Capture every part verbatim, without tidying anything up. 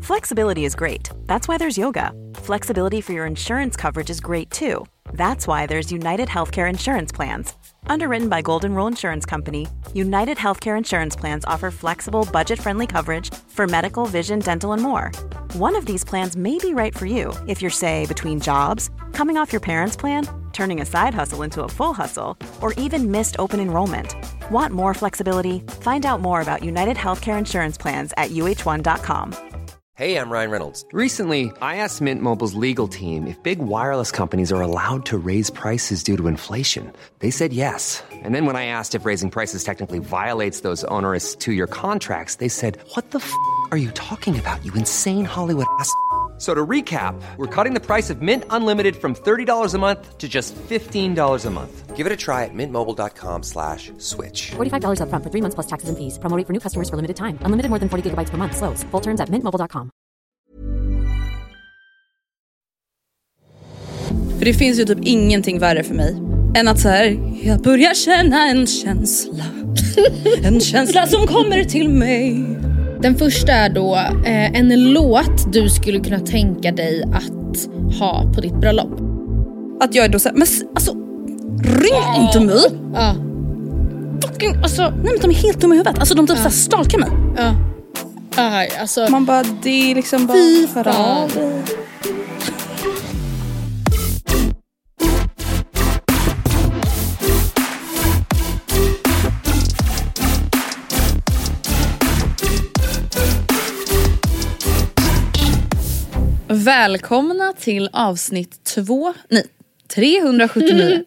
Flexibility is great. That's why there's yoga. Flexibility for your insurance coverage is great too. That's why there's United Healthcare Insurance Plans. Underwritten by Golden Rule Insurance Company, United Healthcare Insurance Plans offer flexible, budget-friendly coverage for medical, vision, dental, and more. One of these plans may be right for you if you're, say, between jobs, coming off your parents' plan, turning a side hustle into a full hustle, or even missed open enrollment. Want more flexibility? Find out more about United Healthcare Insurance Plans at U H one dot com. Hey, I'm Ryan Reynolds. Recently, I asked Mint Mobile's legal team if big wireless companies are allowed to raise prices due to inflation. They said yes. And then when I asked if raising prices technically violates those onerous two-year contracts, they said, what the f*** are you talking about, you insane Hollywood ass f- So to recap, we're cutting the price of Mint Unlimited from thirty dollars a month to just fifteen dollars a month. Give it a try at mintmobile.com slash switch. forty-five dollars up front for three months plus taxes and fees. Promo rate for new customers for limited time. Unlimited more than forty gigabytes per month. Slows full terms at mint mobile dot com. För det finns ju typ ingenting värre för mig än att så här, jag börjar känna en känsla. En känsla som kommer till mig. Den första är då eh, en låt du skulle kunna tänka dig att ha på ditt bröllop. Att jag är då så här, men alltså ring inte mig. Ja. Fucking, alltså, nej men de är helt dumma i huvudet. Alltså de typ ja. så här stalkar mig. Ja. Aj, alltså. Man bara, det är liksom bara fy för fan. Välkomna till avsnitt två, nej, trehundrasjuttionio.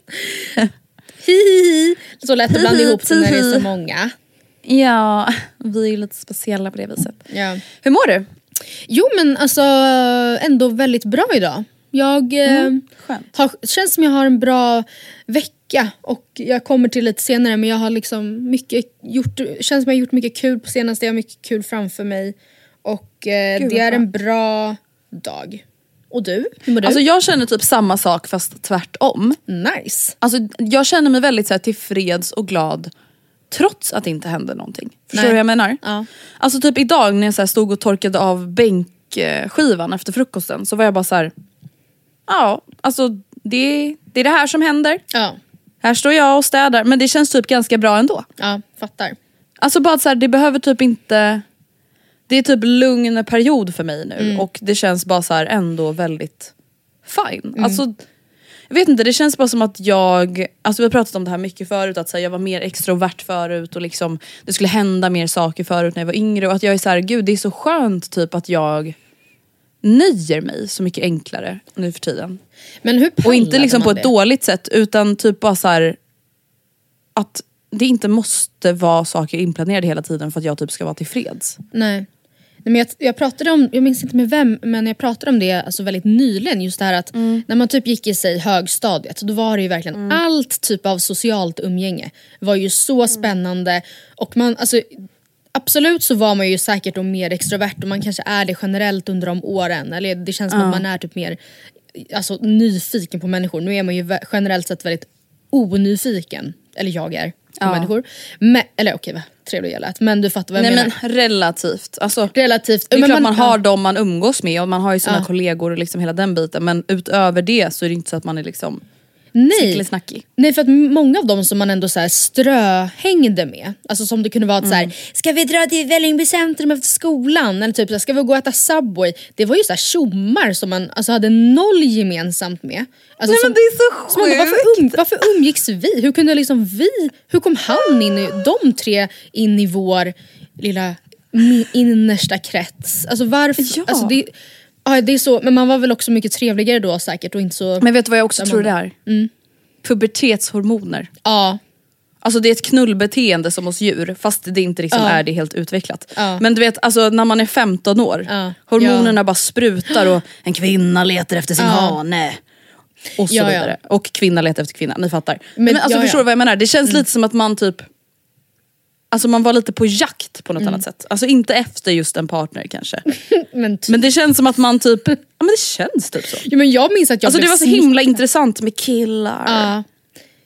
Hihi. Så lätt att blanda ihop när det är så många. Ja, vi är ju lite speciella på det viset. Ja. Hur mår du? Jo men alltså ändå väldigt bra idag. Jag mm, eh, har, känns som jag har en bra vecka. Och jag kommer till lite senare. Men jag har liksom mycket gjort, känns som jag har gjort mycket kul på senaste. Jag har mycket kul framför mig. Och eh, Gud, det är en bra dag. Och du? Hur mår du? Alltså jag känner typ samma sak fast tvärtom. Nice. Alltså jag känner mig väldigt så här, tillfreds och glad. Trots att det inte hände någonting. Förstår du vad jag menar? Ja. Alltså typ idag när jag så här, stod och torkade av bänkskivan efter frukosten. Så var jag bara så här. Ja, alltså det, det är det här som händer. Ja. Här står jag och städar. Men det känns typ ganska bra ändå. Ja, fattar. Alltså bara så här, det behöver typ inte. Det är typ lugn period för mig nu. Mm. Och det känns bara så här ändå väldigt fine. Mm. Alltså jag vet inte, det känns bara som att jag, alltså vi har pratat om det här mycket förut, att så här, jag var mer extrovert förut och liksom det skulle hända mer saker förut när jag var yngre, och att jag är så här, gud det är så skönt typ att jag nöjer mig så mycket enklare nu för tiden. Men hur och inte liksom på ett det? dåligt sätt, utan typ bara så här att det inte måste vara saker inplanerade hela tiden för att jag typ ska vara tillfreds. Nej. Men jag, jag pratade om, jag minns inte med vem, men jag pratade om det alltså väldigt nyligen, just det här att mm. när man typ gick i sig högstadiet, då var det ju verkligen mm. allt typ av socialt umgänge var ju så spännande, och man, alltså absolut så var man ju säkert då mer extrovert, och man kanske är det generellt under de åren, eller det känns som mm. att man är typ mer alltså nyfiken på människor. Nu är man ju generellt sett väldigt onyfiken, eller jag är på ja. människor. Men, eller okej, va? Trevligt gällat. Men du fattar vad jag Nej, menar. Men relativt. Alltså, relativt. det är men klart man, man har ja. dem man umgås med, och man har ju sina ja. kollegor och liksom hela den biten. Men utöver det så är det inte så att man är liksom Nej. snackig. Nej, för att många av dem som man ändå så här ströhängde med, alltså som det kunde vara att mm. så här, ska vi dra till Vällingby centrum efter skolan, eller typ så här, ska vi gå och äta Subway, det var ju så här tjommar som man alltså hade noll gemensamt med. Alltså, Nej som, men det är så sjukt. Man, varför, um, varför umgicks vi? Hur kunde liksom vi, hur kom han in i, de tre in i vår lilla innersta krets? Alltså varför, ja. alltså det Ja, det är så, men man var väl också mycket trevligare då säkert, och inte så. Men vet du vad jag också tror det är? Mm. Pubertetshormoner. Ja. Alltså det är ett knullbeteende som hos djur, fast det inte liksom ja. är det helt utvecklat. Ja. Men du vet, alltså när man är femton år, ja. hormonerna ja. bara sprutar, och en kvinna letar efter sin ja. hane. Och så ja, vidare. Ja. Och kvinna letar efter kvinna, ni fattar. Men, men alltså ja, förstår ja. du vad jag menar? Det känns mm. lite som att man typ, alltså man var lite på jakt på något mm. annat sätt. Alltså inte efter just en partner kanske. men, men det känns som att man typ, ja men det känns typ så. Ja, men jag minns att jag Alltså det var så himla intressant med killar. Ja.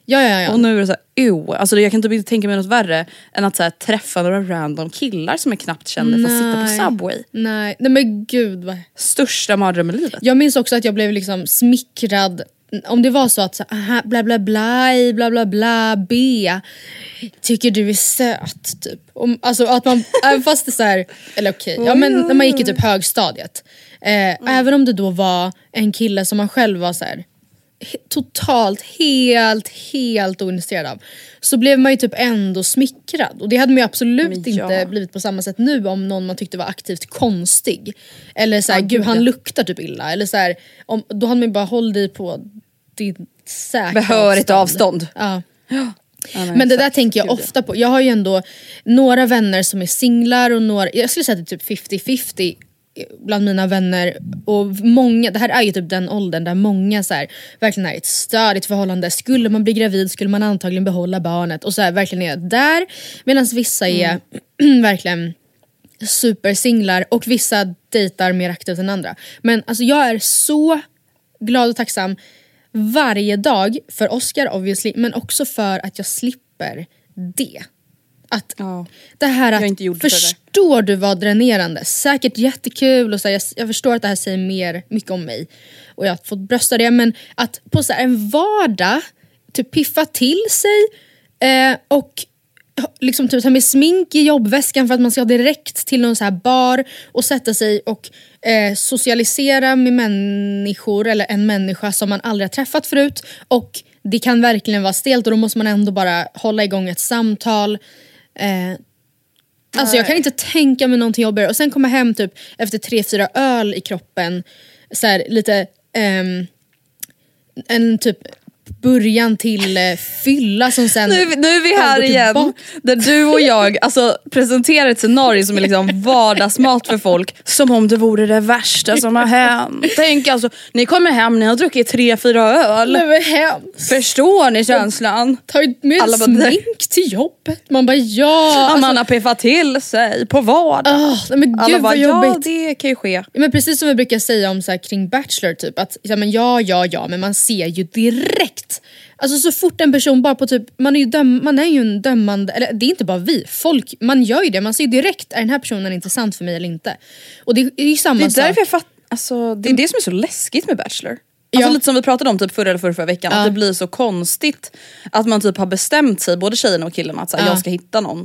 Ja, ja, ja. Och nu är det så här, ew. Alltså jag kan typ inte tänka mig något värre än att så här, träffa några random killar som är knappt kända för att sitta på Subway. Nej, nej men gud vad... Största mardrömmen i livet. Jag minns också att jag blev liksom smickrad. Om det var så att så, aha, bla bla bla, bla bla bla, B. Tycker du är söt typ. Om, alltså att man, även fast det så här, eller okej, okay, ja men när man gick i typ högstadiet. Eh, mm. Även om det då var en kille som man själv var så här, totalt, helt, helt ointresserad av. Så blev man ju typ ändå smickrad. Och det hade man ju absolut ja. inte blivit på samma sätt nu om någon man tyckte var aktivt konstig. Eller såhär, ja, gud han ja. luktar typ illa. Eller såhär, om, då hade man ju bara hållit dig på din säkra behörigt avstånd. avstånd. Ja. Ja, nej, men det exakt. där tänker jag ofta på. Jag har ju ändå några vänner som är singlar och några, jag skulle säga att det är typ femtio femtio bland mina vänner. Och många, det här är ju typ den åldern där många så här, verkligen är ett stödigt förhållande. Skulle man bli gravid skulle man antagligen behålla barnet. Och så här, verkligen är där. Medan vissa är mm. verkligen supersinglar. Och vissa dejtar mer aktivt än andra. Men alltså jag är så glad och tacksam varje dag för Oscar obviously, men också för att jag slipper det. Att ja. det här att, förstår du vad dränerande? Säkert jättekul och så här, jag, jag förstår att det här säger mer, mycket om mig. Och jag har fått brösta det, men att på så här, en vardag typ piffa till sig eh, och liksom typ ta med smink i jobbväskan för att man ska direkt till någon så här bar och sätta sig och eh, socialisera med människor eller en människa som man aldrig har träffat förut. Och det kan verkligen vara stelt och då måste man ändå bara hålla igång ett samtal. Eh, alltså jag kan inte tänka mig någonting jobbigare. Och sen komma hem typ efter tre, fyra öl i kroppen. Så här, lite ehm, en typ början till eh, fylla som sen nu, nu är vi här igen där du och jag alltså, presenterar ett scenario som är liksom vardagsmat för folk som om det vore det värsta som har hänt. Tänk alltså, ni kommer hem, ni har druckit tre, fyra öl. Det var hemskt. Förstår ni känslan? Tagit med alla smink bara, till jobbet. Man bara ja. Alltså, man har piffat till sig på vardag. Oh, men gud alla bara, vad jobbigt. Ja, det kan ju ske. Ja, men precis som vi brukar säga om så här, kring Bachelor typ att ja, men ja, ja, ja, men man ser ju direkt. Alltså så fort en person bara på typ, man är ju, döm, man är ju en dömande, eller det är inte bara vi, folk, man gör ju det, man ser ju direkt, är den här personen intressant för mig eller inte? Och det är ju samma sak. Det är därför jag fatt, alltså, det är det som är så läskigt med Bachelor. Alltså ja. lite som vi pratade om typ förra eller förra, förra veckan, ja. att det blir så konstigt att man typ har bestämt sig, både tjejerna och killarna, att så här, ja. jag ska hitta någon.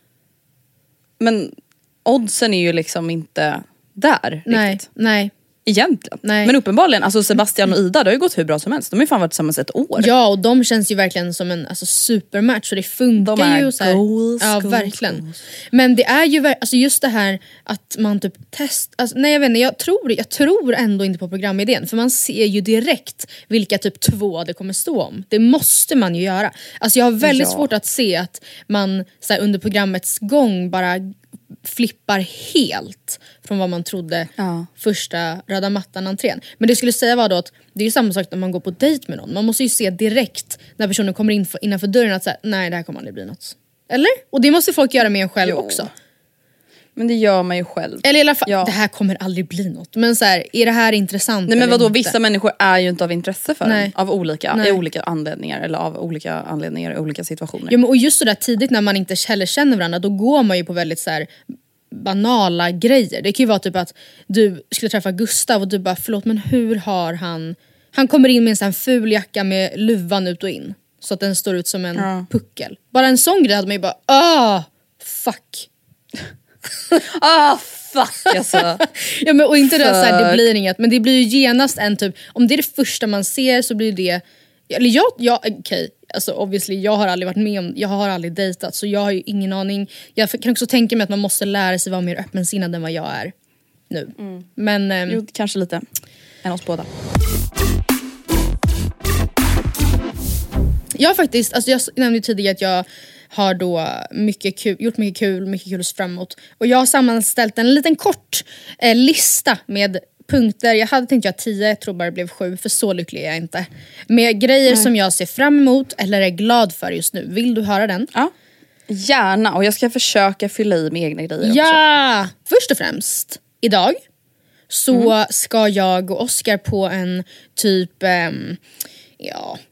Men oddsen är ju liksom inte där nej, riktigt. Nej. Egentligen. Nej. Men uppenbarligen, alltså Sebastian och Ida, det har ju gått hur bra som helst. De har ju fan varit tillsammans ett år. Ja, och de känns ju verkligen som en alltså, supermatch. Och det funkar de är ju så här. Goals, ja, goals, verkligen. Goals. Men det är ju alltså, just det här att man typ testar. Alltså, nej jag vet inte, jag tror, jag tror ändå inte på programidén. För man ser ju direkt vilka typ två det kommer stå om. Det måste man ju göra. Alltså jag har väldigt ja. svårt att se att man så här, under programmets gång bara flippar helt från vad man trodde ja. första röda mattan-entrén. Men det skulle säga var då att det är ju samma sak när man går på dejt med någon. Man måste ju se direkt när personen kommer in för, innanför dörren att säga nej, det här kommer aldrig bli något. Eller? Och det måste folk göra med en själv jo. också. Men det gör man ju själv. Eller i alla fall, ja. det här kommer aldrig bli något. Men så här, är det här intressant? Nej men vadå, inte? vissa människor är ju inte av intresse för nej. en, av olika, nej. i olika anledningar. Eller av olika anledningar i olika situationer. Ja, men, och just så där tidigt när man inte heller känner varandra, då går man ju på väldigt så här banala grejer. Det kan ju vara typ att du skulle träffa Gustav och du bara, förlåt men hur har han... Han kommer in med en sån här ful jacka med luvan ut och in. Så att den står ut som en ja. puckel. Bara en sån grej hade man ju bara, ah, fuck. ah, fuck alltså. Ja, men, och inte det, så här, det blir inget, men det blir ju genast en typ, om det är det första man ser så blir det, eller jag, jag okej, okay. Alltså obviously, jag har aldrig varit med om, jag har aldrig dejtat så jag har ju ingen aning. Jag kan också tänka mig att man måste lära sig vara mer öppensinnad än vad jag är nu. Mm. Men ähm, jo, kanske lite än oss båda. Jag har faktiskt, alltså jag nämnde tidigare att jag har då mycket kul, gjort mycket kul, mycket kul att se fram emot. Och jag har sammanställt en liten kort eh, lista med punkter. Jag hade tänkt att tio, jag tror bara det blev sju, för så lycklig är jag inte. Med grejer mm. som jag ser fram emot eller är glad för just nu. Vill du höra den? Ja, gärna. Och jag ska försöka fylla i med egna grejer ja! också. Först och främst, idag så mm. ska jag och Oscar på en typ, um, ja...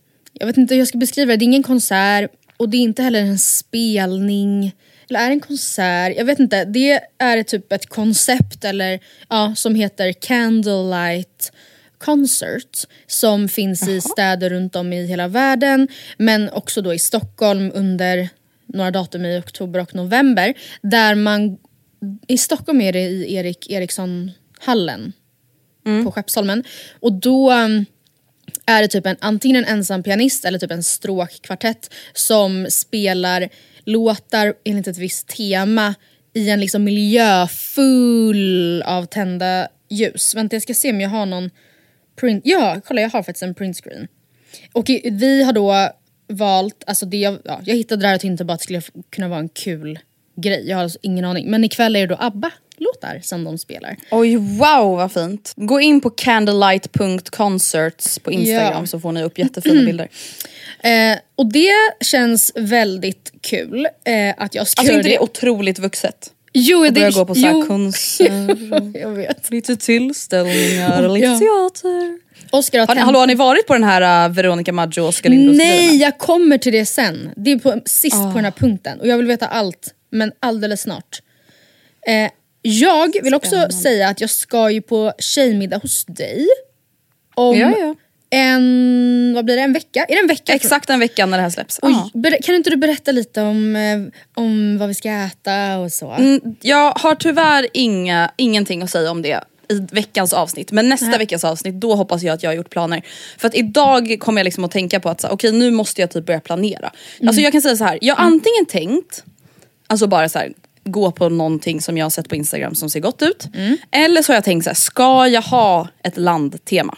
jag vet inte hur jag ska beskriva det. Det är ingen konsert och det är inte heller en spelning. Eller är det en konsert? Jag vet inte. Det är typ ett koncept eller ja, som heter Candlelight Concert som finns i städer runt om i hela världen, men också då i Stockholm under några datum i oktober och november, där man i Stockholm är det i Erik Eriksson-hallen mm. på Skeppsholmen, och då är det typ en, antingen en ensam pianist eller typ en stråkkvartett som spelar låtar enligt ett visst tema i en liksom miljö full av tända ljus. Vänta, jag ska se om jag har någon print. Ja, kolla, jag har faktiskt en printscreen. Och vi har då valt, alltså det jag, ja, jag hittade det här och tänkte bara att det skulle kunna vara en kul grej. Jag har alltså ingen aning. Men ikväll är det då ABBA-låtar som de spelar. Oj, wow, vad fint. Gå in på candlelight punkt concerts på Instagram ja. Så får ni upp jättefina mm. bilder. Eh, och det känns väldigt kul eh, att jag ska alltså göra inte det. det är otroligt vuxet. Jo, och det börja gå på så här jo. konserter. Jag vet. Lite tillställningar och lite ja. teater. Oscar har, har, ni, hallå, har ni varit på den här uh, Veronica Maggio och Oscar Lindros? Nej, jag kommer till det sen. Det är på, sist oh. på den här punkten. Och jag vill veta allt, men alldeles snart. Eh, jag vill också Spännande. säga att jag ska ju på tjejmiddag hos dig. Om ja, ja. en, vad blir det, en vecka? Är det en vecka? Exakt en vecka när det här släpps. Och, kan inte du berätta lite om, eh, om vad vi ska äta och så? Mm, jag har tyvärr inga, ingenting att säga om det i veckans avsnitt. Men nästa Nej. veckas avsnitt, då hoppas jag att jag har gjort planer. För att idag kommer jag liksom att tänka på att okej, okay, nu måste jag typ börja planera. Mm. Alltså jag kan säga så här, jag har mm. antingen tänkt, alltså bara så här, gå på någonting som jag har sett på Instagram som ser gott ut. Mm. Eller så har jag tänkt så här, ska jag ha ett landtema?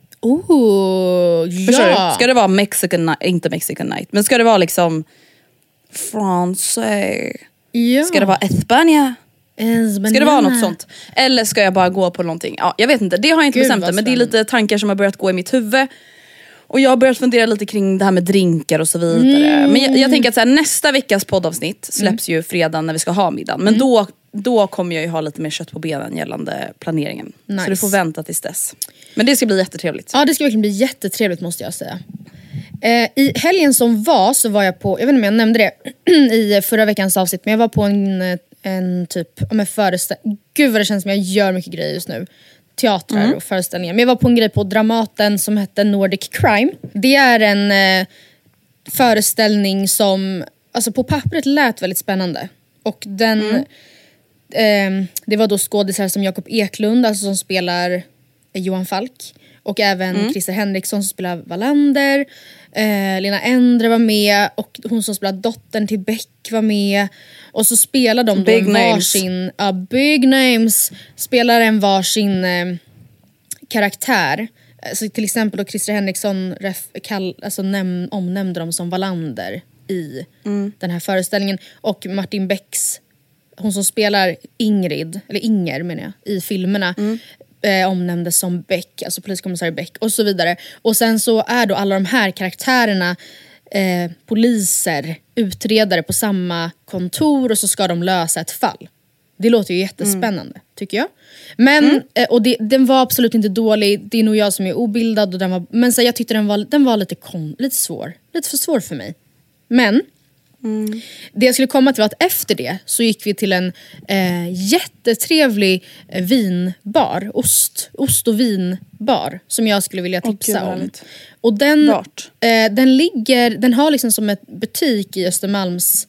Oh, ja. Ska det vara Mexican night, inte Mexican night, men ska det vara liksom France? Ja. Ska det vara España? Espanjana. Ska det vara något sånt? Eller ska jag bara gå på någonting? Ja, jag vet inte, det har jag inte Gud, bestämt, men det är lite tankar som har börjat gå i mitt huvud. Och jag har börjat fundera lite kring det här med drinkar och så vidare. Mm. Men jag, jag tänker att så här, nästa veckas poddavsnitt släpps mm. ju fredag när vi ska ha middagen. Men mm. då, då kommer jag ju ha lite mer kött på benen gällande planeringen. Nice. Så du får vänta tills dess. Men det ska bli jättetrevligt. Ja, det ska verkligen bli jättetrevligt, måste jag säga. Eh, I helgen som var så var jag på, jag vet inte om jag nämnde det i förra veckans avsnitt, men jag var på en, en typ med föreställning. Gud vad det känns som jag gör mycket grejer just nu. Teatrar mm. och föreställningar. Men jag var på en grej på Dramaten som hette Nordic Crime. Det är en eh, föreställning som alltså på pappret lät väldigt spännande. Och den mm. eh, det var då skådisar som Jakob Eklund, alltså som spelar Johan Falk, och även mm. Christer Henriksson som spelar Wallander. eh, Lena Endre var med, och hon som spelar dottern till Beck var med. Och så spelar de big då names. varsin uh, big names spelar en varsin uh, karaktär. Så till exempel då Christer Henriksson ref, kall, alltså näm, omnämnde dem som Wallander i mm. den här föreställningen. Och Martin Becks, hon som spelar Ingrid, eller Inger menar jag, i filmerna, mm. eh, omnämndes som Beck, alltså poliskommissarie Beck och så vidare. Och sen så är då alla de här karaktärerna eh, poliser, utredare på samma kontor, och så ska de lösa ett fall. Det låter ju jättespännande, mm. tycker jag. Men, mm. eh, och det, den var absolut inte dålig. Det är nog jag som är obildad, och den var, men så jag tyckte den var, den var lite, kon, lite svår. Lite för svår för mig. Men mm. det jag skulle komma till var att efter det så gick vi till en eh, jättetrevlig eh, vinbar, ost, ost och vinbar, som jag skulle vilja tipsa oh, om. Och den, eh, den ligger, den har liksom som ett butik i Östermalms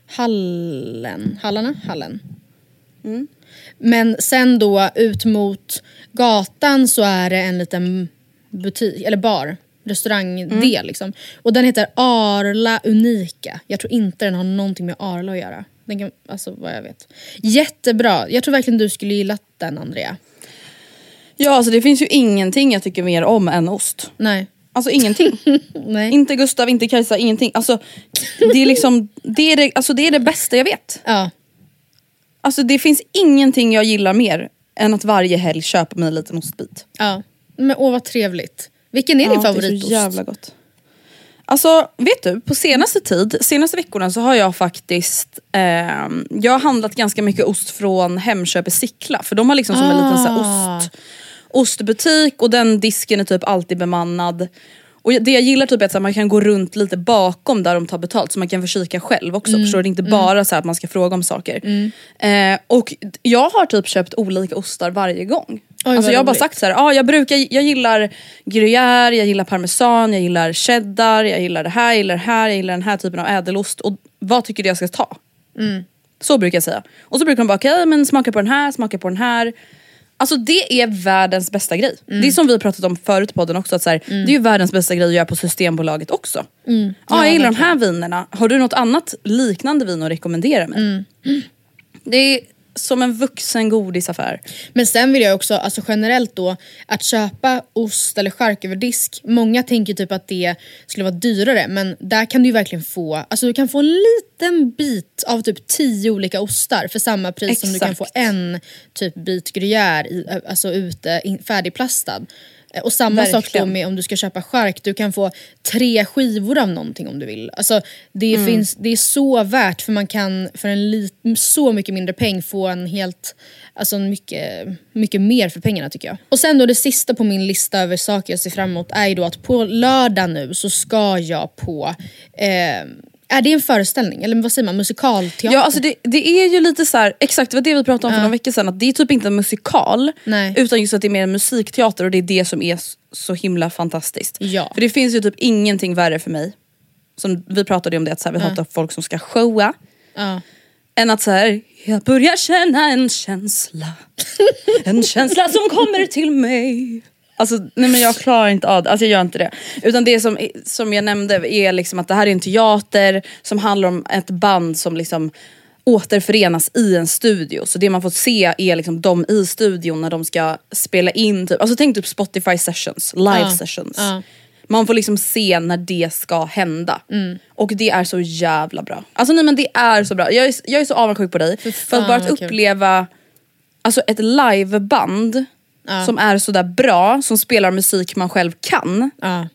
hallen, hallarna, hallen. Mm. Men sen då ut mot gatan så är det en liten butik, eller bar, restaurangdel mm. liksom. Och den heter Arla Unika. Jag tror inte den har någonting med Arla att göra. Den kan, alltså vad jag vet. Jättebra. Jag tror verkligen du skulle gilla den, Andrea. Ja, alltså det finns ju ingenting jag tycker mer om än ost. Nej. Alltså ingenting. Nej. Inte Gustav, inte Kajsa, ingenting. Alltså det är liksom det är det, alltså det är det bästa jag vet. Ja. Alltså det finns ingenting jag gillar mer än att varje helg köpa mig en liten ostbit. Ja. Men åh vad trevligt. Vilken är din ja, favoritost? Det är så jävla gott. Alltså vet du, på senaste tid, senaste veckorna så har jag faktiskt eh, jag har handlat ganska mycket ost från Hemköp i Sickla. För de har liksom som ah. en liten så här, ost ostbutik, och den disken är typ alltid bemannad. Och det jag gillar typ är att så här, man kan gå runt lite bakom där de tar betalt. Så man kan försöka själv också. Mm. Förstår du? Inte bara mm. så här att man ska fråga om saker. Mm. Eh, och jag har typ köpt olika ostar varje gång. Oj, alltså jag har bara sagt så här, ah, jag brukar, jag gillar gruyère, jag gillar parmesan, jag gillar cheddar, jag gillar det här, jag gillar det här, jag gillar den här typen av ädelost. Och vad tycker du jag ska ta? Mm. Så brukar jag säga. Och så brukar de bara, okej okay, men smaka på den här, smaka på den här. Alltså det är världens bästa grej. Mm. Det är som vi har pratat om förut på podden också, att så här, mm. det är ju världens bästa grej att göra på Systembolaget också. Mm. Ja, jag gillar de här vinerna. Har du något annat liknande vin att rekommendera mig? Mm. Mm. Det är som en vuxen godisaffär. Men sen vill jag också, alltså generellt då, att köpa ost eller chark över disk. Många tänker typ att det skulle vara dyrare, men där kan du ju verkligen få, alltså du kan få en liten bit av typ tio olika ostar för samma pris. Exakt. Som du kan få en typ bit gruyère i, alltså ute in, färdigplastad. Och samma verkligen. Sak då med om du ska köpa chark. Du kan få tre skivor av någonting om du vill. Alltså det, mm. finns, det är så värt. För man kan för en lit, så mycket mindre peng få en helt, alltså mycket, mycket mer för pengarna tycker jag. Och sen då det sista på min lista över saker jag ser fram emot är ju då att på lördag nu så ska jag på eh, är det en föreställning? Eller vad säger man? Musikalteater? Ja, alltså det, det är ju lite så här, exakt det var det vi pratade om för uh. några veckor sedan. Att det är typ inte en musikal. Nej. Utan just att det är mer en musikteater. Och det är det som är så himla fantastiskt. Ja. För det finns ju typ ingenting värre för mig. Som vi pratade om det, att så här, vi uh. hatar folk som ska showa. Uh. Än att så här, jag börjar känna en känsla. En känsla som kommer till mig. Alltså, nej men jag klarar inte av det. Alltså jag gör inte det. Utan det som, som jag nämnde är liksom att det här är en teater som handlar om ett band som liksom återförenas i en studio. Så det man får se är liksom de i studion när de ska spela in typ, alltså tänk typ Spotify sessions, live uh, sessions. Uh. Man får liksom se när det ska hända. Mm. Och det är så jävla bra. Alltså nej men det är så bra. Jag är, jag är så avundsjuk på dig. För, för att bara att uppleva alltså ett liveband Uh. som är så där bra, som spelar musik man själv kan uh.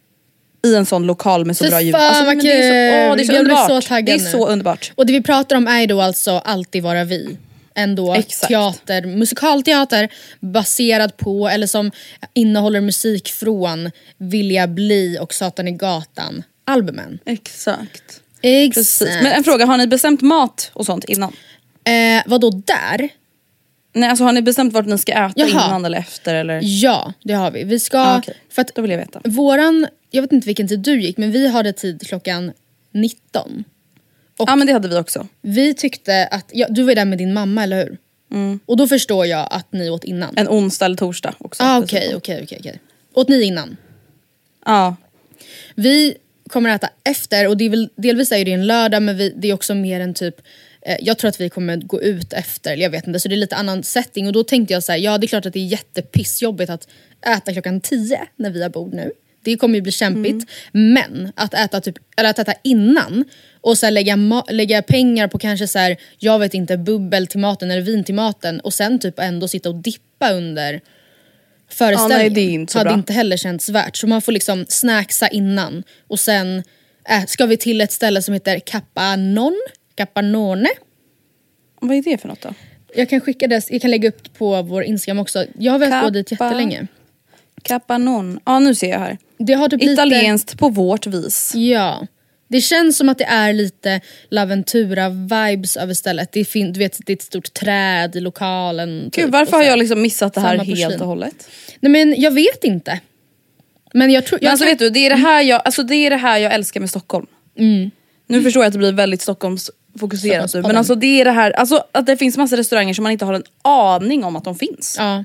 i en sån lokal med så bra ljud. Alltså, men det är så, åh, det är så underbart. Så det är så underbart. Och det vi pratar om är då alltså Alltid vara vi. Ändå exakt. Teater, musikalteater baserad på, eller som innehåller musik från Vilja bli och Satan i gatan albumen. Exakt. Exakt. Precis. Men en fråga, har ni bestämt mat och sånt innan? Eh, vad då där? Nej, alltså har ni bestämt vart ni ska äta Jaha. Innan eller efter? Eller? Ja, det har vi. Vi ska, ah, okay. För att då vill jag veta. Våran, jag vet inte vilken tid du gick, men vi hade tid klockan nitton. Och ja, men det hade vi också. Vi tyckte att, ja, du var där med din mamma, eller hur? Mm. Och då förstår jag att ni åt innan. En onsdag eller torsdag också. Ah, okej, okej, okej. Åt ni innan? Ja. Ah. Vi kommer att äta efter, och det är väl, delvis är det en lördag, men vi, det är också mer en typ... Jag tror att vi kommer gå ut efter, jag vet inte, så det är lite annan setting. Och då tänkte jag så här, ja det är klart att det är jättepissjobbigt att äta klockan tio när vi har bord nu. Det kommer ju bli kämpigt. Mm. Men att äta typ, eller att äta innan och så här lägga, ma- lägga pengar på kanske så här, jag vet inte, bubbel till maten eller vin till maten, och sen typ ändå sitta och dippa under föreställningen. Ja, nej, det är inte så hade bra. Inte heller känts värt. Så man får liksom snacksa innan. Och sen äh, ska vi till ett ställe som heter Capanon. Capanone. Vad är det för något då? Jag kan skicka det, jag kan lägga upp på vår Instagram också. Jag har velat gå dit jättelänge. Capanon. Ja, nu ser jag här. Det har typ italienskt lite... på vårt vis. Ja. Det känns som att det är lite Laventura-vibes över stället. Det är, fin- du vet, det är ett stort träd i lokalen. Typ, Gud, varför har jag liksom missat det här helt och hållet? Nej, men jag vet inte. Men jag tror... Men jag alltså kan... vet du, det är det, här jag, alltså, det är det här jag älskar med Stockholm. Mm. Nu förstår jag att det blir väldigt Stockholmsfokuserat. Men alltså det är det här, alltså att det finns massa restauranger som man inte har en aning om att de finns. Ja.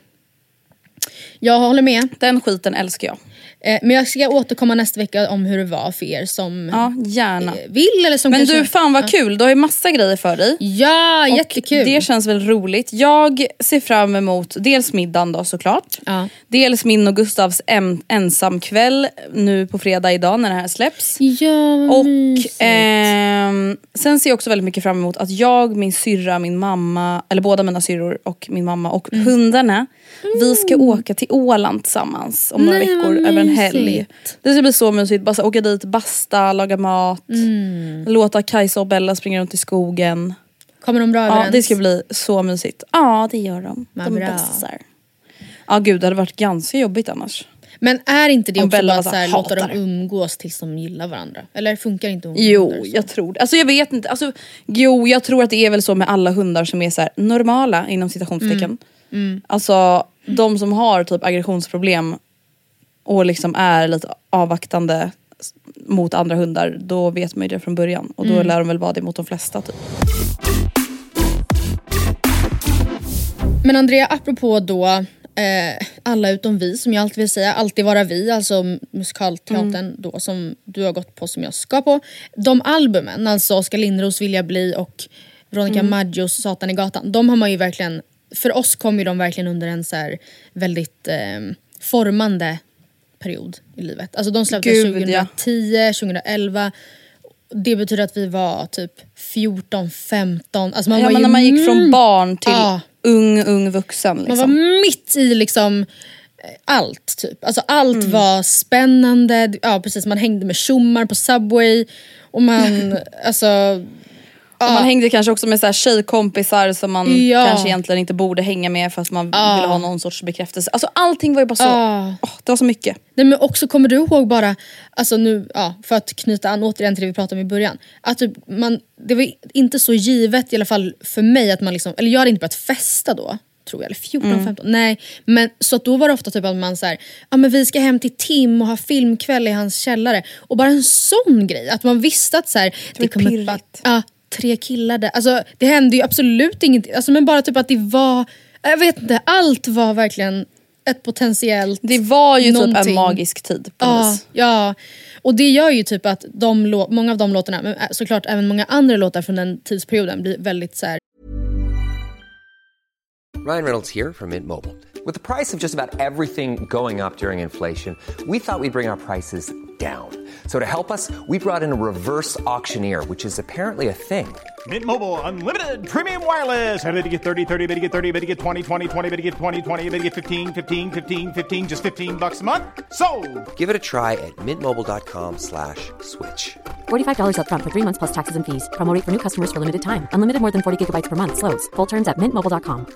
Jag håller med. Den skiten älskar jag. Eh, men jag ska återkomma nästa vecka om hur det var för er som ja, gärna. Eh, vill eller som Men kanske... du, fan vad kul. Ja. Du har ju massa grejer för dig. Ja, och jättekul. Det känns väl roligt. Jag ser fram emot dels middagen då såklart. Ja. Dels min och Gustavs en- ensamkväll nu på fredag idag när det här släpps. Ja, och eh, sen ser jag också väldigt mycket fram emot att jag, min syrra, min mamma, eller båda mina syrror och min mamma och mm. hundarna, mm. vi ska åka till Åland tillsammans om några Nej, veckor över en helg. Det ska bli så mysigt. Bara så, åka dit, basta, laga mat, mm. låta Kajsa och Bella springa runt i skogen. Kommer de bra överens? Ja, det ska bli så mysigt. Ja, det gör de. Man de bästar. Ja, gud, det hade varit ganska jobbigt annars. Men är inte det Om också Bella bara var så så här, här, låta dem hatar det. umgås tills de gillar varandra? Eller funkar inte hon? Jo, hundar så? jag tror det. Alltså jag vet inte. Alltså, jo, jag tror att det är väl så med alla hundar som är så här normala inom citationstecken. Mm. Mm. Alltså de som har typ aggressionsproblem och liksom är lite avvaktande mot andra hundar, då vet man ju det från början. Och då Mm. lär de väl vara det mot de flesta typ. Men Andrea, apropå då eh, alla utom vi, som jag alltid vill säga, alltid vara vi, alltså musikalteatern Mm. då som du har gått på, som jag ska på. De albumen, alltså Oskar Lindros Vill jag bli och Veronica Mm. Maggios Satan i gatan, de har man ju verkligen, för oss kom ju de verkligen under en så här väldigt eh, formande period i livet. Alltså de släpptes Gud, ja. tjugohundratio, tjugohundraelva. Det betyder att vi var typ fjorton, femton. Alltså man Ja, var men ju när man gick från mm, barn till ja. ung, ung vuxen liksom. Man var mitt i liksom eh, allt typ. Alltså allt Mm. var spännande. Ja precis, man hängde med tjommar på Subway. Och man, alltså... Och man hängde kanske också med så här tjejkompisar som man Ja. kanske egentligen inte borde hänga med fast man Ja. ville ha någon sorts bekräftelse. Alltså allting var ju bara så, Ja. åh, det var så mycket. Nej men också kommer du ihåg bara, alltså nu, ja, för att knyta an återigen till det vi pratade om i början. Att typ man, det var inte så givet i alla fall för mig att man liksom, eller jag hade inte börjat festa då. Tror jag, eller fjorton, femton, nej. Men så att då var det ofta typ att man så här, ja men vi ska hem till Tim och ha filmkväll i hans källare. Och bara en sån grej, att man visste att så här, det, var kommer pirrigt. upp, ja, tre killar där. Alltså det hände ju absolut ingenting, alltså, men bara typ att det var, jag vet inte, allt var verkligen ett potentiellt Det var ju typ någonting. en magisk tid på Ja, vis. ja, och det gör ju typ att de lå- många av de låtarna, men såklart även många andra låtar från den tidsperioden blir väldigt så här. Ryan Reynolds here from Mint Mobile. With the price of just about everything going up during inflation, we thought we'd bring our prices down. So to help us, we brought in a reverse auctioneer, which is apparently a thing. Mint Mobile Unlimited Premium Wireless. How to get thirty, thirty, bit to get thirty, bit to get twenty, twenty, twenty, bit to get twenty, twenty, bit to get fifteen, fifteen, fifteen, fifteen, just fifteen bucks a month? Sold! Give it a try at mintmobile.com slash switch. forty-five dollars up front for three months plus taxes and fees. Promo rate for new customers for limited time. Unlimited more than forty gigabytes per month. Slows full terms at mint mobile dot com.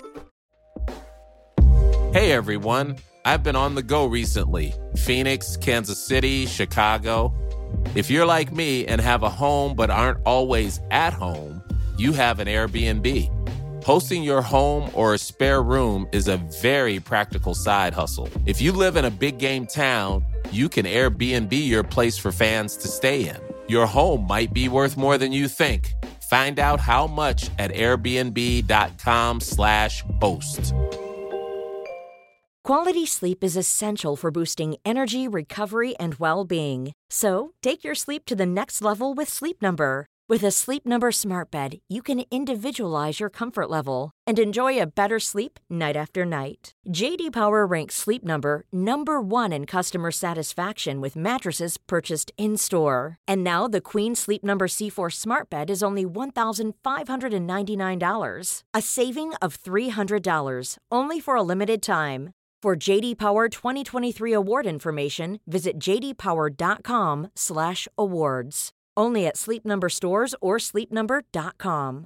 Hey everyone, I've been on the go recently. Phoenix, Kansas City, Chicago. If you're like me and have a home but aren't always at home, you have an Airbnb. Hosting your home or a spare room is a very practical side hustle. If you live in a big game town, you can Airbnb your place for fans to stay in. Your home might be worth more than you think. Find out how much at airbnb.com slash host. Quality sleep is essential for boosting energy, recovery, and well-being. So, take your sleep to the next level with Sleep Number. With a Sleep Number smart bed, you can individualize your comfort level and enjoy a better sleep night after night. J D Power ranks Sleep Number number one in customer satisfaction with mattresses purchased in-store. And now the Queen Sleep Number C four smart bed is only one thousand five hundred ninety-nine dollars. A saving of three hundred dollars, only for a limited time. For J D Power twenty twenty-three award information, visit jdpower.com slash awards. Only at Sleep Number stores or sleep number dot com.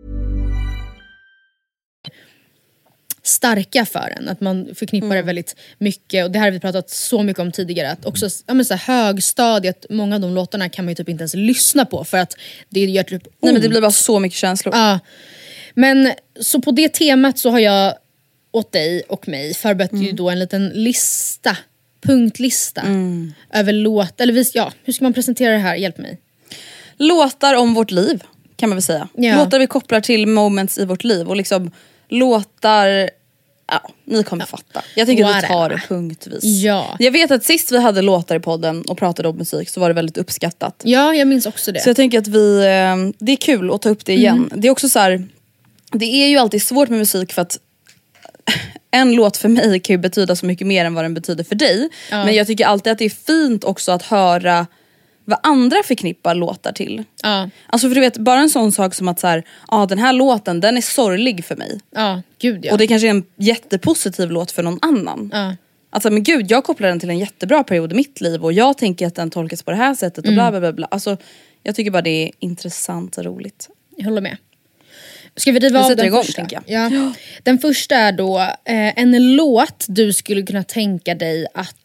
Starka för en, att man förknippar Mm. det väldigt mycket, och det här har vi pratat så mycket om tidigare, att också ja, men så här, högstadiet, många av de låtarna kan man ju typ inte ens lyssna på för att det gör typ ont. Nej men det blir bara så mycket känslor. Ja. Men så på det temat så har jag åt dig och mig förberett Mm. ju då en liten lista, punktlista Mm. över låt, eller vis, ja, hur ska man presentera det här? Hjälp mig. Låtar om vårt liv kan man väl säga. Ja. Låtar vi kopplar till moments i vårt liv och liksom låtar, ja ni kommer fatta. Jag tycker att vi tar det punktvis. Ja. Jag vet att sist vi hade låtar i podden och pratade om musik så var det väldigt uppskattat. Ja, jag minns också det. Så jag tänker att vi, eh, det är kul att ta upp det igen. Mm. Det är också så här, det är ju alltid svårt med musik för att en låt för mig kan ju betyda så mycket mer än vad den betyder för dig. Ja. Men jag tycker alltid att det är fint också att höra vad andra förknippar låtar till. Ja, Alltså för du vet, bara en sån sak som att så här, ah, den här låten den är sorglig för mig. ja, gud ja. Och det kanske är en jättepositiv låt för någon annan. Ja. Alltså men gud, jag kopplar den till en jättebra period i mitt liv och jag tänker att den tolkas på det här sättet och bla bla bla bla. Alltså jag tycker bara det är intressant och roligt. Jag håller med. Ska vi riva Vi av sätter den igång, första? tänker jag. Ja. Den första är då eh, en låt du skulle kunna tänka dig att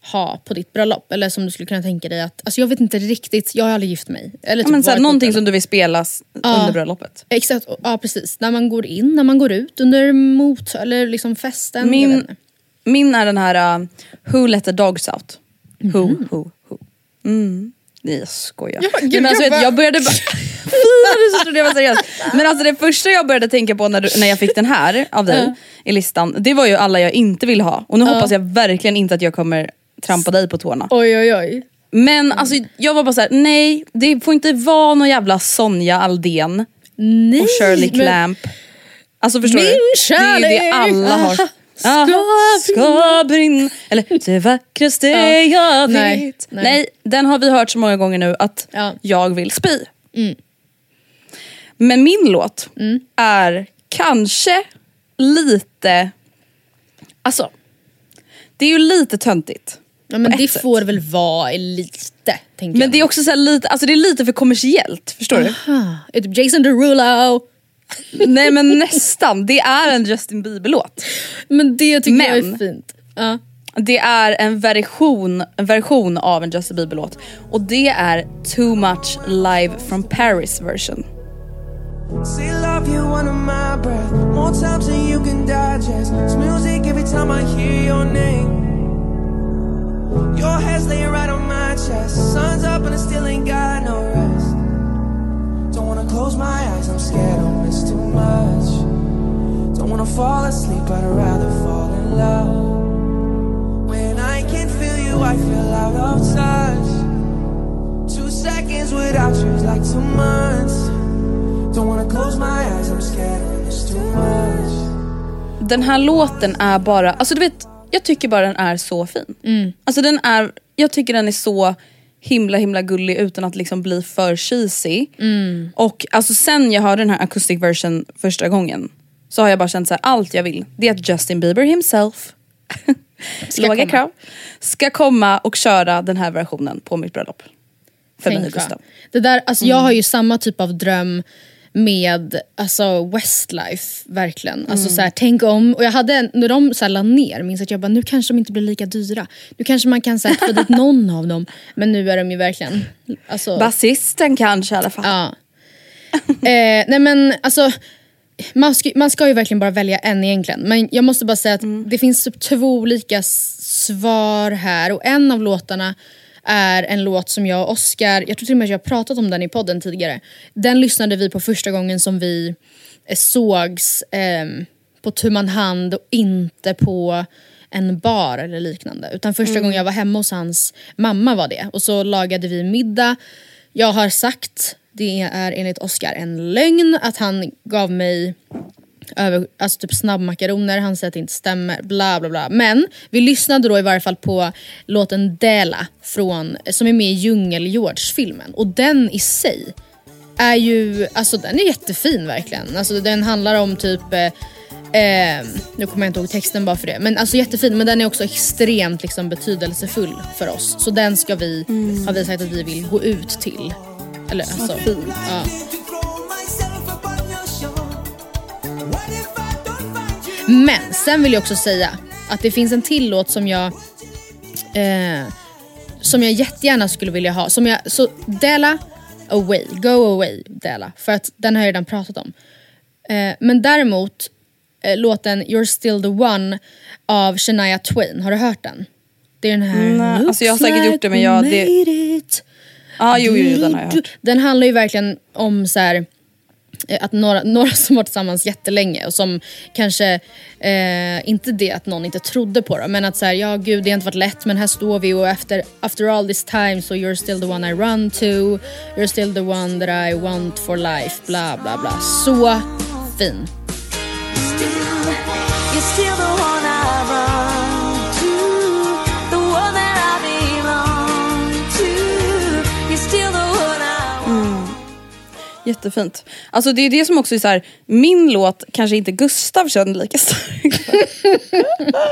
ha på ditt bröllop? Eller som du skulle kunna tänka dig att, alltså jag vet inte riktigt, jag har aldrig gift mig. Eller typ ja, men så här, varit på någonting bröllop. som du vill spela Ja. under bröllopet. Exakt, ja precis. När man går in, när man går ut under mot, eller liksom festen. Min- jag vet inte. Min är den här uh, Who let the dogs out? Who, who, who. Mm. Nej, jag skojar. Ja, gud, Nej, men alltså, jag vet, bara- jag började bara... Fy, så trodde jag var seriös. Men alltså det första jag började tänka på när, du, när jag fick den här av dig Ja. i listan, det var ju alla jag inte vill ha. Och nu hoppas jag verkligen inte att jag kommer trampa dig på tårna. Oj oj oj. Men alltså jag var bara så här: nej, det får inte vara någon jävla Sonja Aldén Nej, och Shirley men- Clamp. Alltså förstår Min du? Det är ju det kärlek. alla har. Ska ska brinna. Eller det vackraste Ja. jag vet. Nej, Nej, nej. den har vi hört så många gånger nu att Ja. jag vill spy. Mm. Men min låt är kanske lite... Alltså, det är ju lite töntigt. Ja, men på det ett sätt. får väl vara lite, tänker Men jag. det är också så här lite, alltså det är lite för kommersiellt, förstår du? Ah, är det Jason Derulo? Nej men nästan, det är en Justin Bieber-låt. Men det tycker jag är Men- fint. Ja. Det är en version, en version av en Justin Bieber-låt. Och det är Too Much Live from Paris version. Say love you under my breath, more times than you can digest. It's music every time I hear your name. Your head's laying right on my chest. Sun's up and I still ain't got no rest. Don't wanna close my eyes, I'm scared I'll miss too much. Don't wanna fall asleep, I'd rather fall in love. When I can't feel you, I feel out of touch. Two seconds without you is like two months. Don't wanna close my eyes, I'm scared I'll miss too much. Den här låten är bara, alltså du vet, jag tycker bara den är så fin. Mm. Alltså den är, jag tycker den är så himla himla gullig utan att liksom bli för cheesy. Mm. Och alltså sen jag hörde den här acoustic version första gången så har jag bara känt så här: allt jag vill, det är att Justin Bieber himself låga komma. krav ska komma och köra den här versionen på mitt bröllop. För mig och Tänk, va? Gustav. det där, alltså, Jag har ju samma typ av dröm med alltså, Westlife, verkligen. Alltså, så här, tänk om, och jag hade en, när de så här, la ner, minns att jag bara, nu kanske de inte blir lika dyra. Nu kanske man kan sätta dit någon av dem. Men nu är de ju verkligen alltså, Basisten kanske i alla fall. ja. eh, Nej men alltså man ska, man ska ju verkligen bara välja en egentligen. Men jag måste bara säga att det finns typ två olika s- svar här. Och en av låtarna är en låt som jag och Oscar, jag tror till och med att jag har pratat om den i podden tidigare. Den lyssnade vi på första gången som vi eh, sågs eh, på tu man hand och inte på en bar eller liknande. Utan första gången jag var hemma hos hans mamma var det. Och så lagade vi middag. Jag har sagt, det är enligt Oscar en lögn att han gav mig över, alltså typ snabbmakaroner. Han säger att det inte stämmer, bla bla bla. Men vi lyssnade då i varje fall på låten Dela från, som är med i Djungel-George-filmen. Och den i sig är ju, alltså den är jättefin verkligen. Alltså den handlar om typ eh, Eh, nu kommer jag inte ihåg texten bara för det. Men alltså jättefin, men den är också extremt liksom, betydelsefull för oss. Så den ska vi, mm. har vi sagt att vi vill gå ut till. Eller alltså, ja. Men sen vill jag också säga att det finns en till låt som jag eh, som jag jättegärna skulle vilja ha. Som jag, så Dela Away, Go Away Dela. För att den har jag redan pratat om. eh, Men däremot låten You're Still The One av Shania Twain. Har du hört den? Det är den här Nej, alltså jag har säkert gjort det, men jag det... ah, jo, jo, den har jag hört. Den handlar ju verkligen om så här, att några, några som var tillsammans jättelänge och som kanske eh, inte det att någon inte trodde på det, men att så här, ja gud det har inte varit lätt, men här står vi och efter after all this time so you're still the one I run to, you're still the one that I want for life, bla bla bla. Så fin. You're still the one I run to, the one that I belong to. You're still the one I want. Mm. Jättefint. Alltså det är det som också är så här, min låt kanske inte Gustav känner lika starkt.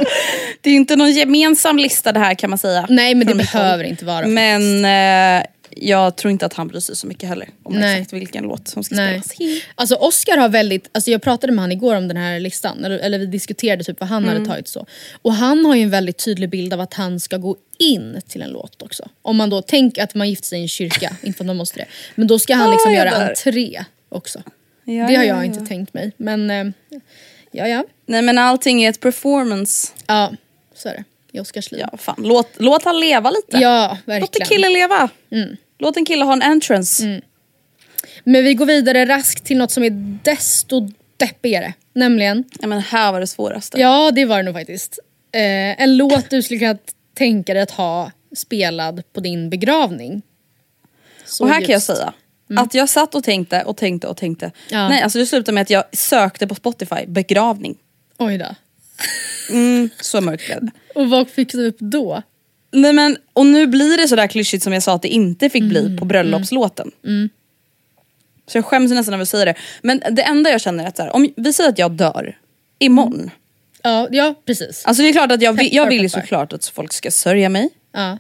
Det är ju inte någon gemensam lista det här kan man säga. Nej, men det Från mitt behöver håll. inte vara. Men eh, jag tror inte att han bryr sig så mycket heller om Nej. exakt vilken låt som ska Nej. spelas. Alltså Oscar har väldigt, alltså jag pratade med han igår om den här listan, eller, eller vi diskuterade typ vad han Mm. hade tagit så. Och han har ju en väldigt tydlig bild av att han ska gå in till en låt också. Om man då tänker att man gift sig i en kyrka, inte för att man måste det. Men då ska han liksom Ah, jag göra där. entré också. Ja, det har ja, jag ja. inte tänkt mig. Men eh, ja, ja. Nej men allting är ett performance. Ja, så är det. I Oscars liv. Ja, fan. Låt, låt han leva lite. Ja, Låt verkligen. en kille leva. Mm. Låt en kille ha en entrance. Mm. Men vi går vidare raskt till något som är desto deppigare. Nämligen... Ja men här var det svåraste. Ja, det var det nog faktiskt. Eh, en låt du skulle kunna tänka dig att ha spelad på din begravning. Så och här kan jag just. säga Mm. att jag satt och tänkte och tänkte och tänkte. Ja. Nej, alltså det slutade med att jag sökte på Spotify begravning. Oj då. Mm, så mörkt blev det. Och vad fick du upp då? Nej men, och nu blir det så där klyschigt som jag sa att det inte fick bli Mm. på bröllopslåten. Mm. Så jag skäms nästan över att säga det. Men det enda jag känner är att så här, om vi säger att jag dör imorgon. Ja, ja precis. Alltså det är klart att jag, vill, jag vill ju Peppar, peppar. såklart att folk ska sörja mig. Ja.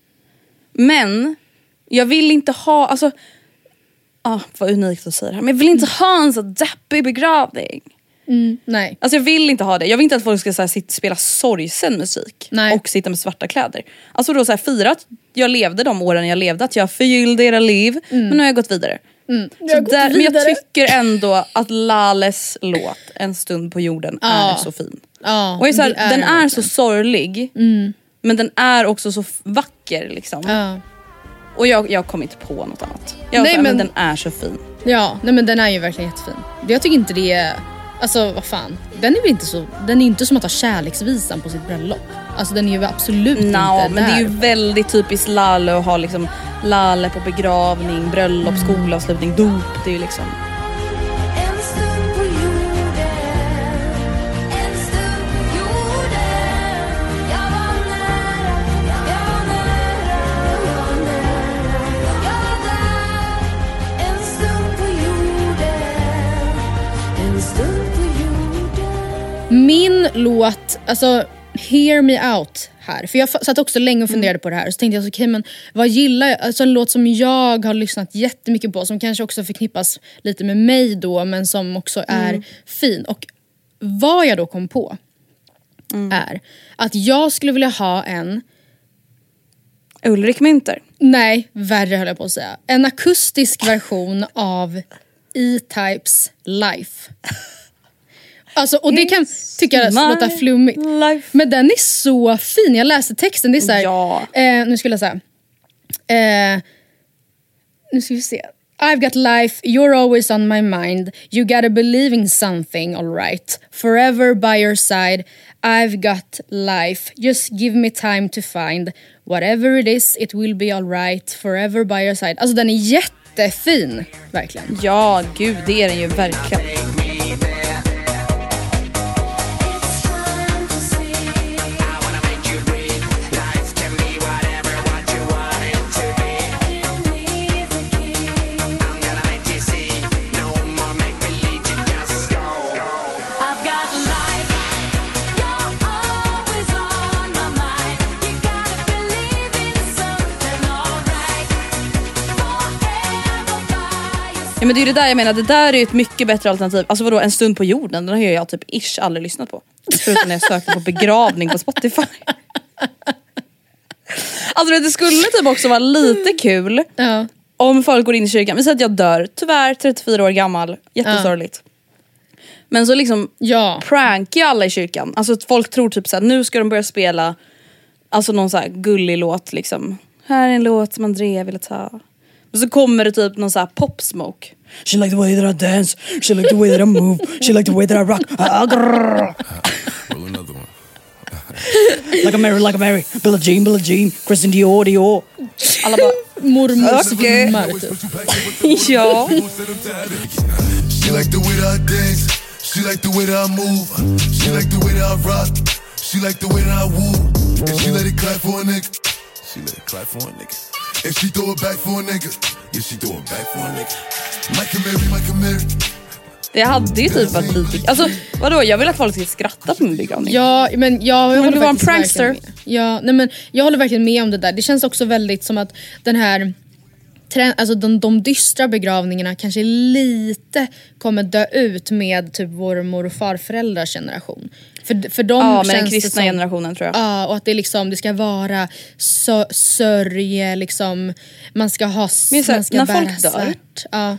Men jag vill inte ha, alltså, ah, vad unikt att säga det här. Men jag vill inte ha en så deppig begravning. Mm, nej. Alltså jag vill inte ha det. Jag vill inte att folk ska så här, sitta, spela sorgsen musik. Nej. Och sitta med svarta kläder. Alltså då så här, fira att jag levde de åren jag levde. Att jag förgyllde era liv. Men nu har jag gått vidare. Mm. Så Jag har gått där, men jag vidare. tycker ändå att Lales låt En stund på jorden Ja. är så fin. Ja, Och jag är så här, det är den är verkligen. så sorglig. Mm. Men den är också så f- vacker liksom. Ja. Och jag, jag kom inte på något annat. Jag Nej, nej, men... men- men den är så fin. Ja, nej men den är ju verkligen jättefin. Jag tycker inte det är... Alltså vad fan. Den är väl inte så... Den är inte som att ha kärleksvisan på sitt bröllop. Alltså den är ju absolut No, inte men det är ju där. väldigt typiskt Lale att ha liksom Lale på begravning, bröllop, Mm. skolavslutning, dop. Det är ju liksom... En stund på jorden, en stund på jorden. Jag var nära, jag var nära, jag var nära. Jag var där. En stund på jorden, en stund på jorden. Min låt, alltså Hear Me Out här. För jag f- satt också länge och funderade på det här. Så tänkte jag, så, okej men vad gillar jag? Alltså en låt som jag har lyssnat jättemycket på. Som kanske också förknippas lite med mig då. Men som också är fin. Och vad jag då kom på är att jag skulle vilja ha en... Ulrik Mynter. Nej, värre höll jag på att säga. En akustisk version av E-Types Life. Alltså, och det kan tycka jag my låta flummigt. life. Men den är så fin. Jag läste texten. Det är så här, Ja. eh, nu skulle jag säga. Eh, nu ska vi se. I've got life, you're always on my mind. You gotta believe in something, all right. Forever by your side. I've got life, just give me time to find. Whatever it is, it will be all right. Forever by your side. Alltså den är jättefin, verkligen. Ja, gud, det är den ju verkligen. It's time to see. I wanna make you breathe. Life can be whatever what you want it to be. Give me the key. I'm gonna make you see. No more make believe, you just go. I've got life. You're always on my mind. You gotta believe in something, alright. Forever by your side. Ja, men det är ju det där jag menar, det där är ju ett mycket bättre alternativ. Alltså vadå, En stund på jorden, den har jag typ ish aldrig lyssnat på. Förutom när jag sökte på begravning på Spotify. Alltså det skulle typ också vara lite kul Ja. om folk går in i kyrkan. Vi säger att jag dör, tyvärr trettiofyra år gammal, jättesorgligt. Men så liksom Ja. prankar ju alla i kyrkan. Alltså att folk tror typ såhär, nu ska de börja spela alltså någon så här gullig låt liksom. Här är en låt som Andrea ville ta. Och så kommer det typ någon så här Pop-Smoke. She like the way that I dance, she like the way that I move, she like the way that I rock. Ah, grrr. Roll another one. Like a Mary, like a Mary, Billie Jean, Billie Jean, Christian Dior, Dior. Alla bara, Mormors Okej. gummar typ. ja. She like the way that I dance. She like the way that I move. She like the way that I rock. She like the way that I woo. And she let it clap for a nigga. She let it clap for a nigga. And she throw it back for a nigga. Yeah, she throw it back for a nigga. Mike and Mary, Mike and Mary. Det hade ju typ varit lite... Alltså vadå, jag vill att folk ska skratta på min begravning. Ja, men jag, jag du håller vara en faktiskt prankster? verkligen med. Ja, nej men jag håller verkligen med om det där. Det känns också väldigt som att den här trend, alltså de, de dystra begravningarna kanske lite kommer dö ut med typ vår mor- och farföräldrars generation. För, för dem ja, med känns den kristna det som, generationen tror jag. Ja, och att det, liksom, det ska vara sö, sörje, liksom, man ska ha Men så här, man ska när bära folk dör, svart. Ja.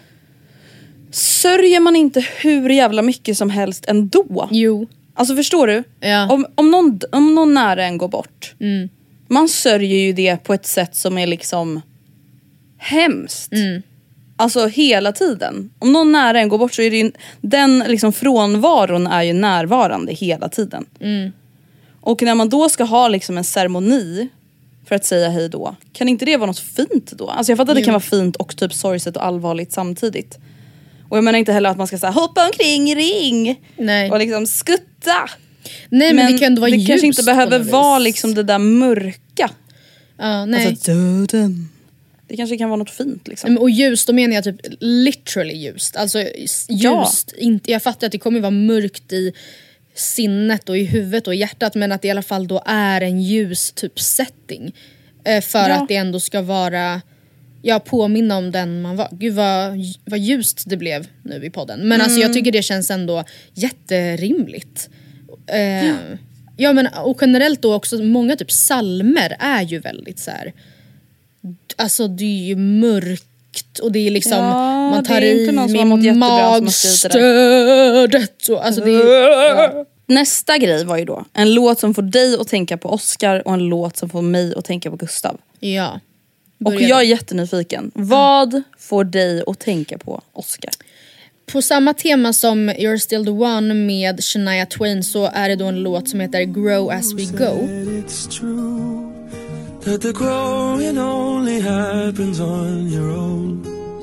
Sörjer man inte hur jävla mycket som helst ändå? Jo. Alltså förstår du? Ja. Om, om, någon, om någon nära en går bort, Mm. man sörjer ju det på ett sätt som är liksom hemskt. Mm. Alltså hela tiden. Om någon nära en går bort så är det ju, den liksom frånvaron är ju närvarande hela tiden. Mm. Och när man då ska ha liksom en ceremoni för att säga hej då, kan inte det vara något fint då? Alltså jag fattar att det Jo. kan vara fint och typ sorgset och allvarligt samtidigt. Och jag menar inte heller att man ska säga hoppa omkring i ring. Nej. Och liksom skutta. Nej, men, Men det kan ändå vara det ljust kanske inte på behöver något vara vis. liksom det där mörka. Ja, nej. Alltså döden. Det kanske kan vara något fint liksom. Men, och ljust, då menar jag typ literally ljust. Alltså ljust, Ja. inte, jag fattar att det kommer vara mörkt i sinnet och i huvudet och i hjärtat, men att det i alla fall då är en ljus typ setting. Eh, för Ja. att det ändå ska vara, ja, påminna om den man var. Gud vad, vad ljust det blev nu i podden. Men alltså jag tycker det känns ändå jätterimligt. Eh, ja, men och generellt då också, många typ salmer är ju väldigt så här. Alltså det är ju mörkt och det är liksom, Ja, man tar det är i inte någon som med har mått jättebra som har skrivit det magstödet. Och, alltså det är, ja. Nästa grej var ju då en låt som får dig att tänka på Oscar och en låt som får mig att tänka på Gustav. Ja. Och Börja jag är då. jättenyfiken. Vad får dig att tänka på Oscar? På samma tema som You're Still The One med Shania Twain så är det då en låt som heter Grow As We Go. It's true that the growing only happens on your own.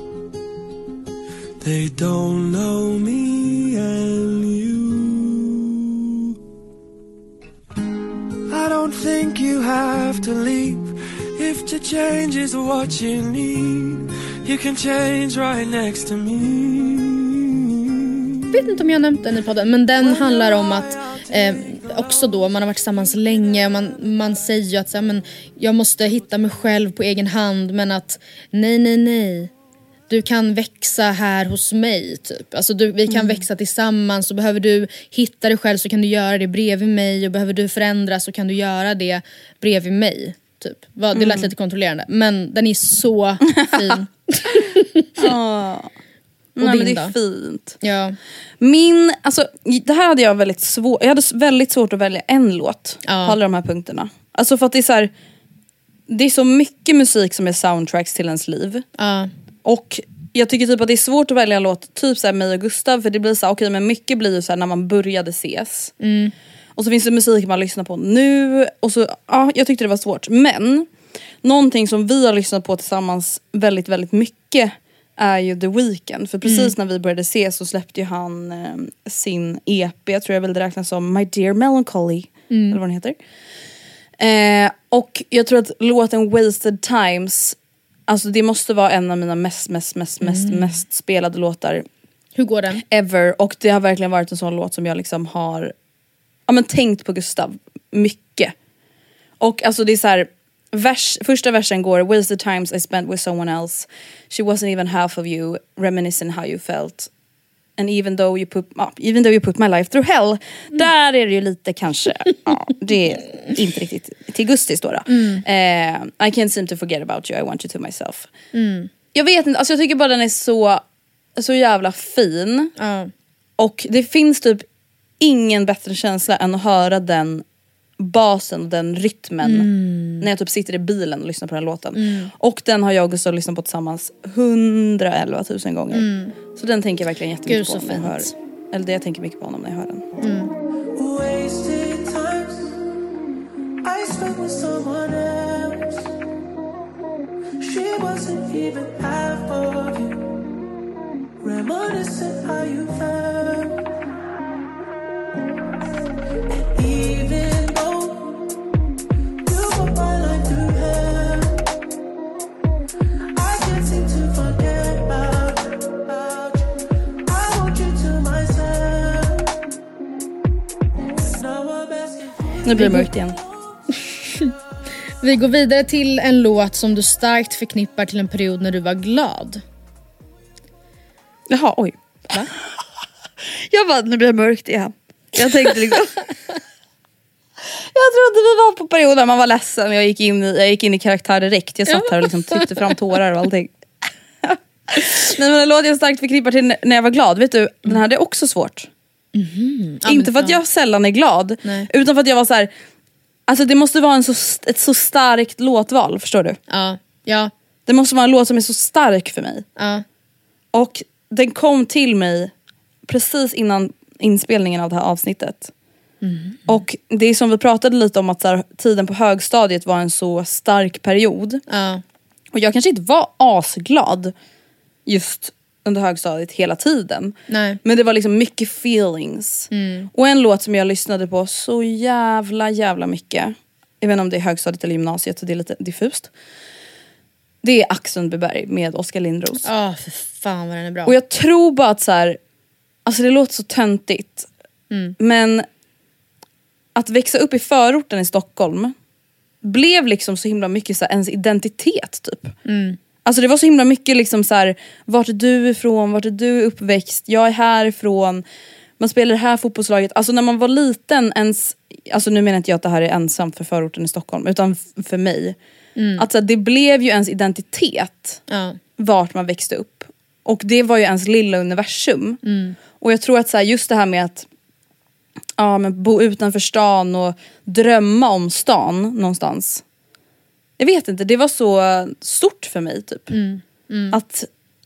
They don't know me and you. I don't think you have to leave. If the change is what you need, you can change right next to me. Jag vet inte om jag har nämnt den i podden, men den handlar om att eh, också då man har varit tillsammans länge, man, man säger ju att så här, men jag måste hitta mig själv på egen hand, men att nej nej nej, du kan växa här hos mig typ. Alltså du, vi kan mm. växa tillsammans, och behöver du hitta dig själv så kan du göra det bredvid mig, och behöver du förändras så kan du göra det bredvid mig typ. Det lät mm. lite kontrollerande, men den är så fin. Ja. Nej, men det är fint. Ja. Min, alltså det här hade jag väldigt svårt. Jag hade väldigt svårt att välja en låt ja. på alla de här punkterna. Alltså för att det är så här, det är så mycket musik som är soundtracks till ens liv. Ja. Och jag tycker typ att det är svårt att välja en låt typ så här mig och Gustav, för det blir så här, okej, men mycket blir ju så här när man började ses. Mm. Och så finns det musik man lyssnar på nu, och så ja, jag tyckte det var svårt. Men någonting som vi har lyssnat på tillsammans väldigt väldigt mycket är ju The Weeknd. För precis mm. när vi började se så släppte ju han eh, sin E P, jag tror jag vill det räknas som My Dear Melancholy, mm. eller vad den heter. Eh, och jag tror att låten Wasted Times, alltså det måste vara en av mina mest, mest, mest, mm. mest, mest spelade låtar. Hur går den? Ever. Och det har verkligen varit en sån låt som jag liksom har ja, men tänkt på Gustav mycket. Och alltså det är så här, vers, första versen går: Wasted times I spent with someone else. She wasn't even half of you. Reminiscing how you felt. And even though you put, uh, even though you put my life through hell. Mm. Där är det ju lite kanske, ja, det är inte riktigt till Gustis då. då. Mm. Uh, I can't seem to forget about you. I want you to myself. Mm. Jag vet inte, alltså jag tycker bara den är så, så jävla fin. Uh. Och det finns typ ingen bättre känsla än att höra den basen och den rytmen mm. när jag typ sitter i bilen och lyssnar på den låten. Mm. Och den har jag och Gustav lyssnat på tillsammans hundraelva tusen gånger. Mm. Så den tänker jag verkligen jättemycket Gud, på så när jag hör. fint. Eller det jag tänker mycket på honom när jag hör den. Mm. Wasted times I spent with someone else. She wasn't even half of you. Reminiscing how you felt. And even though you put my life through hell, I can't seem to forget about you, about you. I want you to myself. Nu blir det mörkt igen. Vi går vidare till en låt som du starkt förknippar till en period när du var glad. Jaha, oj. Va? Jag bara, nu blir det mörkt igen. Jag tänkte liksom... Jag trodde vi var på perioden där man var ledsen. Jag gick in i, jag gick in i karaktär direkt. Jag satt här och liksom tryckte fram tårar och allting. Nej, men en låt jag starkt förknippar till när jag var glad. Vet du, den hade också svårt. Mm-hmm. Ja, inte för att jag sällan är glad. Nej. Utan för att jag var så här. Alltså det måste vara en så, ett så starkt låtval, förstår du? Ja, ja. Det måste vara en låt som är så stark för mig. Ja. Och den kom till mig precis innan inspelningen av det här avsnittet. Mm. Och det är som vi pratade lite om att så här, tiden på högstadiet var en så stark period. Ja. Och jag kanske inte var asglad just under högstadiet hela tiden. Nej. Men det var liksom mycket feelings. Mm. Och en låt som jag lyssnade på så jävla jävla mycket. Jag vet inte om det är högstadiet eller gymnasiet, så det är lite diffust. Det är Axundbyberg med Oskar Lindros. Ja, oh, för fan vad den är bra. Och jag tror bara att så här, alltså det låter så töntigt. Mm. Men att växa upp i förorten i Stockholm blev liksom så himla mycket så här, ens identitet typ. Mm. Alltså det var så himla mycket liksom så här, vart är du ifrån, vart är du uppväxt, jag är härifrån, man spelar det här fotbollslaget. Alltså när man var liten ens, alltså nu menar inte jag att det här är ensamt för förorten i Stockholm, utan f- för mig. Mm. Alltså det blev ju ens identitet, ja. Vart man växte upp. Och det var ju ens lilla universum. Mm. Och jag tror att så här, just det här med att ja, men bo utanför stan och drömma om stan någonstans. Jag vet inte, det var så stort för mig typ. Mm. Mm. Att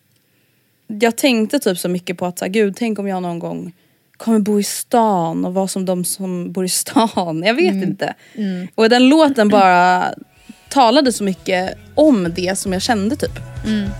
jag tänkte typ så mycket på att så här, gud, tänk om jag någon gång kommer bo i stan och vara som de som bor i stan. Jag vet mm. inte. Mm. Och den låten bara talade så mycket om det som jag kände typ. Mm.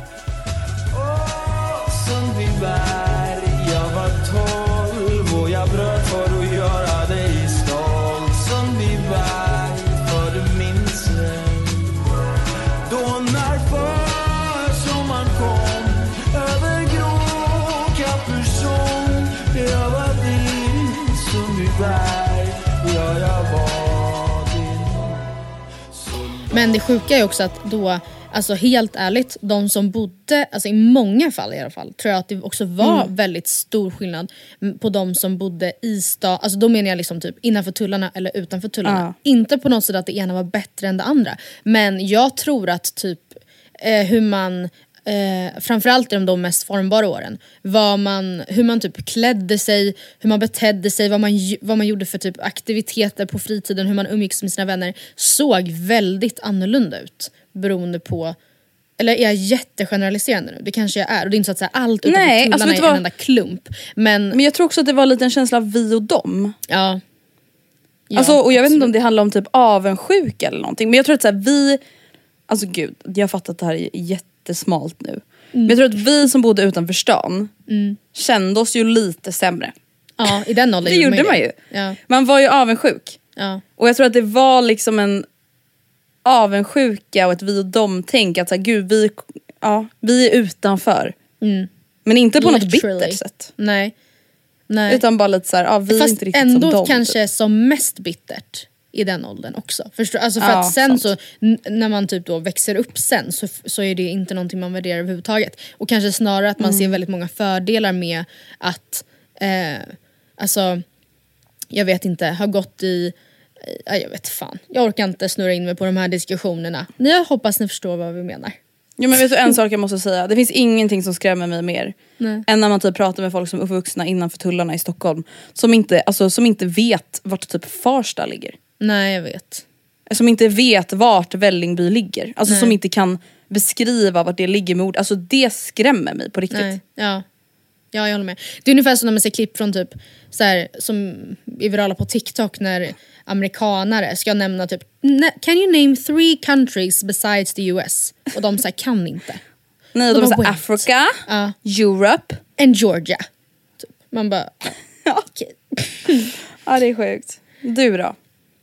Men det sjuka är också att då, alltså helt ärligt, de som bodde, alltså i många fall i alla fall, tror jag att det också var mm. väldigt stor skillnad på de som bodde i stad, alltså då menar jag liksom typ innanför tullarna eller utanför tullarna. Uh. Inte på något sätt att det ena var bättre än det andra, men jag tror att typ eh, hur man Eh, framförallt i de, de mest formbara åren, vad man, hur man typ klädde sig, hur man betedde sig, vad man, vad man gjorde för typ aktiviteter på fritiden, hur man umgicks med sina vänner, såg väldigt annorlunda ut beroende på, eller är jag jättegeneraliserande nu? Det kanske jag är, och det är inte så att säga allt utanför Nej, tullarna alltså, är var... en enda klump, men... men jag tror också att det var lite en känsla av vi och dem. Ja, ja alltså, och jag absolut. vet inte om det handlar om typ avundsjuka eller någonting, men jag tror att så här, vi, alltså gud, jag har fattat att det här är jättesmalt nu. Mm. Men jag tror att vi som bodde utanför stan mm. kände oss ju lite sämre. Ja, i den åldern det gjorde man ju. Ja. Man var ju avundsjuk. Ja. Och jag tror att det var liksom en avundsjuka och ett vi och dem tänk att så här, gud, vi, ja, vi är utanför. Mm. Men inte på Literally. Något bittert sätt. Nej. Nej. Utan bara lite så här, ja, vi fast är inte riktigt ändå som dem. Kanske typ. Som mest bittert i den åldern också. Förstår? Alltså för ja, att sen sant. så n- när man typ då växer upp sen så, så är det inte någonting man värderar överhuvudtaget. Och kanske snarare att man mm. ser väldigt många fördelar med att eh, alltså jag vet inte, har gått i eh, jag vet fan. Jag orkar inte snurra in mig på de här diskussionerna. Jag hoppas ni förstår vad vi menar. Jo, men vet du en sak jag måste säga? Det finns ingenting som skrämmer mig mer Nej. än när man typ pratar med folk som är uppvuxna innanför tullarna i Stockholm som inte, alltså, som inte vet vart typ Farsta ligger. Nej, jag vet. Som inte vet vart Vällingby ligger. Alltså Nej. som inte kan beskriva vart det ligger med ord. Alltså det skrämmer mig på riktigt. Nej. Ja. Ja, jag håller med. Det är ungefär som när man ser klipp från typ så här, som är virala på TikTok när amerikanare ska nämna typ can you name three countries besides the U S? Och de så här, kan inte. Nej, de, de säger Africa, uh, Europe and Georgia. Typ. Man bara ja. Okay. Ja, det är sjukt. Du då?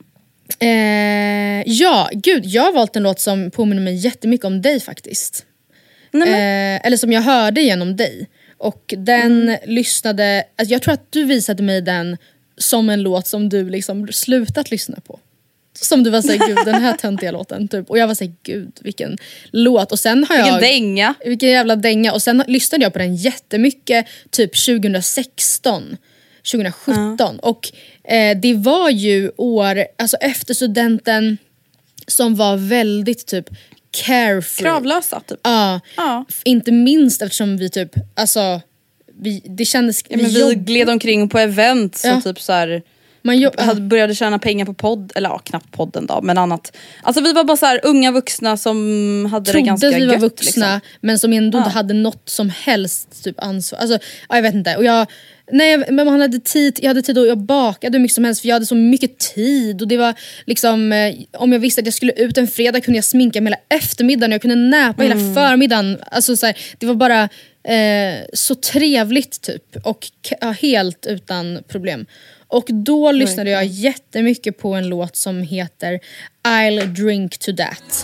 Eh, ja, gud, jag har valt en låt som påminner mig jättemycket om dig faktiskt. Nej, eh, eller som jag hörde genom dig. Och den mm. lyssnade, alltså jag tror att du visade mig den som en låt som du liksom slutat lyssna på. Som du var såhär, gud den här töntiga låten typ. Och jag var såhär, gud vilken låt. Och sen har jag Vilken dänga. Vilken jävla dänga. Och sen lyssnade jag på den jättemycket typ tjugohundrasexton tjugohundrasjutton uh. Och eh, det var ju år, alltså efter studenten, som var väldigt typ carefree. Kravlösa typ. Ja, ja. Inte minst eftersom vi typ, alltså vi, det kändes, ja, men vi jobb... gled omkring på event så ja. typ så här. Man jobb... hade började tjäna pengar på podd, eller ja, knappt podden då, men annat. Alltså vi var bara så här unga vuxna som hade Trodde det ganska vi var gött, vuxna liksom. Men som ändå ja. inte hade något som helst typ ansvar. Alltså ja, jag vet inte. Och jag nej, men man hade tid, jag hade tid att jag bakade hur mycket som helst för jag hade så mycket tid och det var liksom eh, om jag visste att jag skulle ut en fredag kunde jag sminka mig hela eftermiddagen, jag kunde näpa mm. hela förmiddagen. Alltså så här, det var bara eh, så trevligt typ och ja, helt utan problem. Och då lyssnade jag jättemycket på en låt som heter I'll drink to that.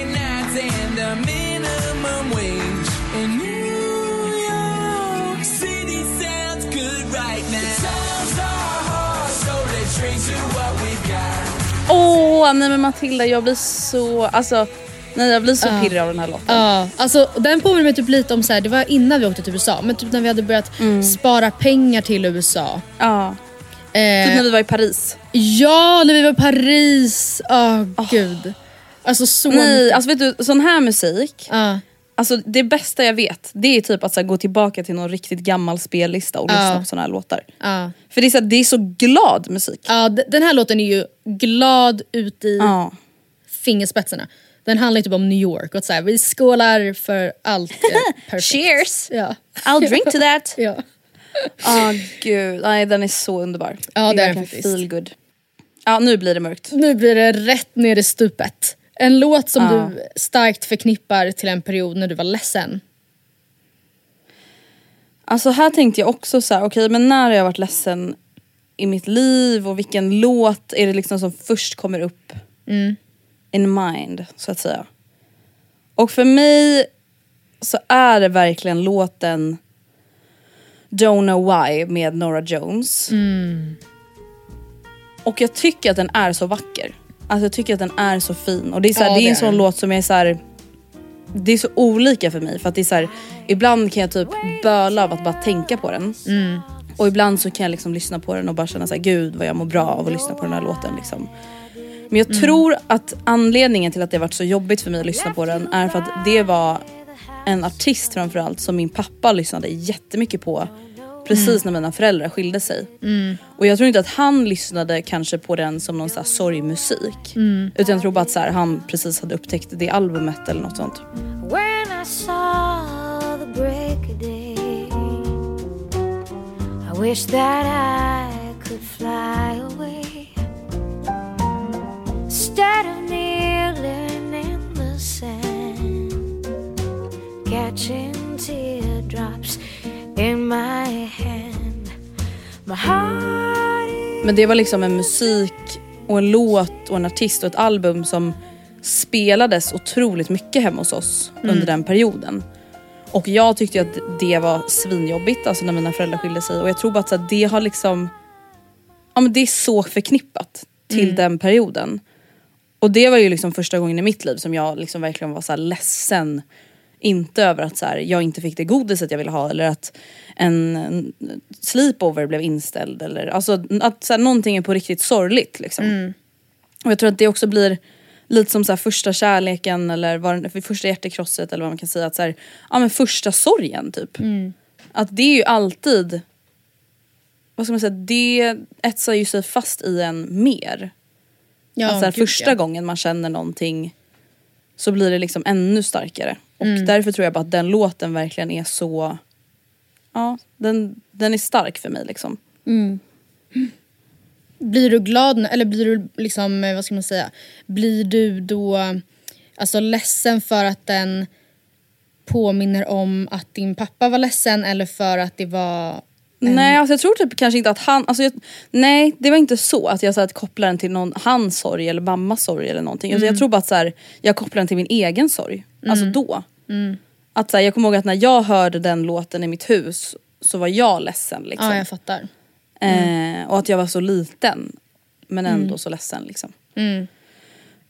Åh, oh, nej men Matilda, jag blir så, alltså nej jag blir så uh, pirrig av den här låten. Ja, uh, alltså den påminner mig typ lite om så här, det var innan vi åkte till U S A, men typ när vi hade börjat mm. spara pengar till U S A. Ja. Uh. Eh, typ när vi var i Paris. Ja, när vi var i Paris. Åh, oh, oh. gud. Alltså så nej, mycket. Alltså vet du, sån här musik. Uh. Alltså det bästa jag vet, det är typ att så här, gå tillbaka till någon riktigt gammal spellista och lyssna uh. på såna här låtar. Uh. För det är, så här, det är så glad musik. Ja, uh, den här låten är ju glad ut i uh. fingerspetsarna. Den handlar typ om New York och så här, vi skålar för allt är perfekt. Cheers. Ja. I'll drink to that. Ja. Åh oh, gud, nej den är så underbar. Ja, det är den feel good. Ja, nu blir det mörkt. Nu blir det rätt ner i stupet. En låt som ja. du starkt förknippar till en period när du var ledsen. Alltså här tänkte jag också så här, okej, okay, men när har jag varit ledsen i mitt liv och vilken låt är det liksom som först kommer upp mm. in mind, så att säga. Och för mig så är det verkligen låten Don't Know Why med Norah Jones. Mm. Och jag tycker att den är så vacker. Alltså jag tycker att den är så fin. Och det är, så här, ja, det är det en är. sån låt som är så här, det är så olika för mig. För att det är så här, ibland kan jag typ böla av att bara tänka på den. Mm. Och ibland så kan jag liksom lyssna på den och bara känna så här, gud vad jag mår bra av att lyssna på den här låten liksom. Men jag mm. tror att anledningen till att det har varit så jobbigt för mig att lyssna på den är för att det var en artist framförallt som min pappa lyssnade jättemycket på precis mm. när mina föräldrar skilde sig. Mm. Och jag tror inte att han lyssnade kanske på den som någon så här sorgmusik. Mm. Utan jag tror bara att så här, han precis hade upptäckt det albumet eller något sånt. When I saw the break of day, I wish that I could fly away. Instead of kneeling in the sand, catching teardrops in my hand, my heart is... Men det var liksom en musik och en låt och en artist och ett album som spelades otroligt mycket hemma hos oss mm. under den perioden. Och jag tyckte att det var svinjobbigt, alltså när mina föräldrar skilde sig. Och jag tror bara att så här, det har liksom, ja men det är så förknippat till mm. den perioden. Och det var ju liksom första gången i mitt liv som jag liksom verkligen var så här ledsen. Inte över att så här, jag inte fick det godiset jag ville ha. Eller att en, en sleepover blev inställd. Eller, alltså att så här, någonting är på riktigt sorgligt. Liksom. Mm. Och jag tror att det också blir lite som så här, första kärleken. Eller var, första hjärtekrosset. Eller vad man kan säga. Att så här, ja, men första sorgen typ. Mm. Att det är ju alltid... Vad ska man säga? Det etsar ju sig fast i en mer. Ja, alltså här, gud, första ja. gången man känner någonting så blir det liksom ännu starkare. Och mm. därför tror jag bara att den låten verkligen är så... Ja, den, den är stark för mig liksom. Mm. Blir du glad, eller blir du liksom, vad ska man säga, blir du då alltså ledsen för att den påminner om att din pappa var ledsen, eller för att det var... En... Nej, alltså jag tror typ kanske inte att han... Alltså jag, nej, det var inte så att jag så att kopplar den till någon hans sorg eller mammas sorg eller någonting. Mm. Alltså jag tror bara att så här, jag kopplar den till min egen sorg. Mm. Alltså då. Mm. Att så här, jag kommer ihåg att när jag hörde den låten i mitt hus så var jag ledsen liksom. Ja, jag fattar. Mm. Eh, och att jag var så liten men ändå mm. så ledsen liksom. Mm.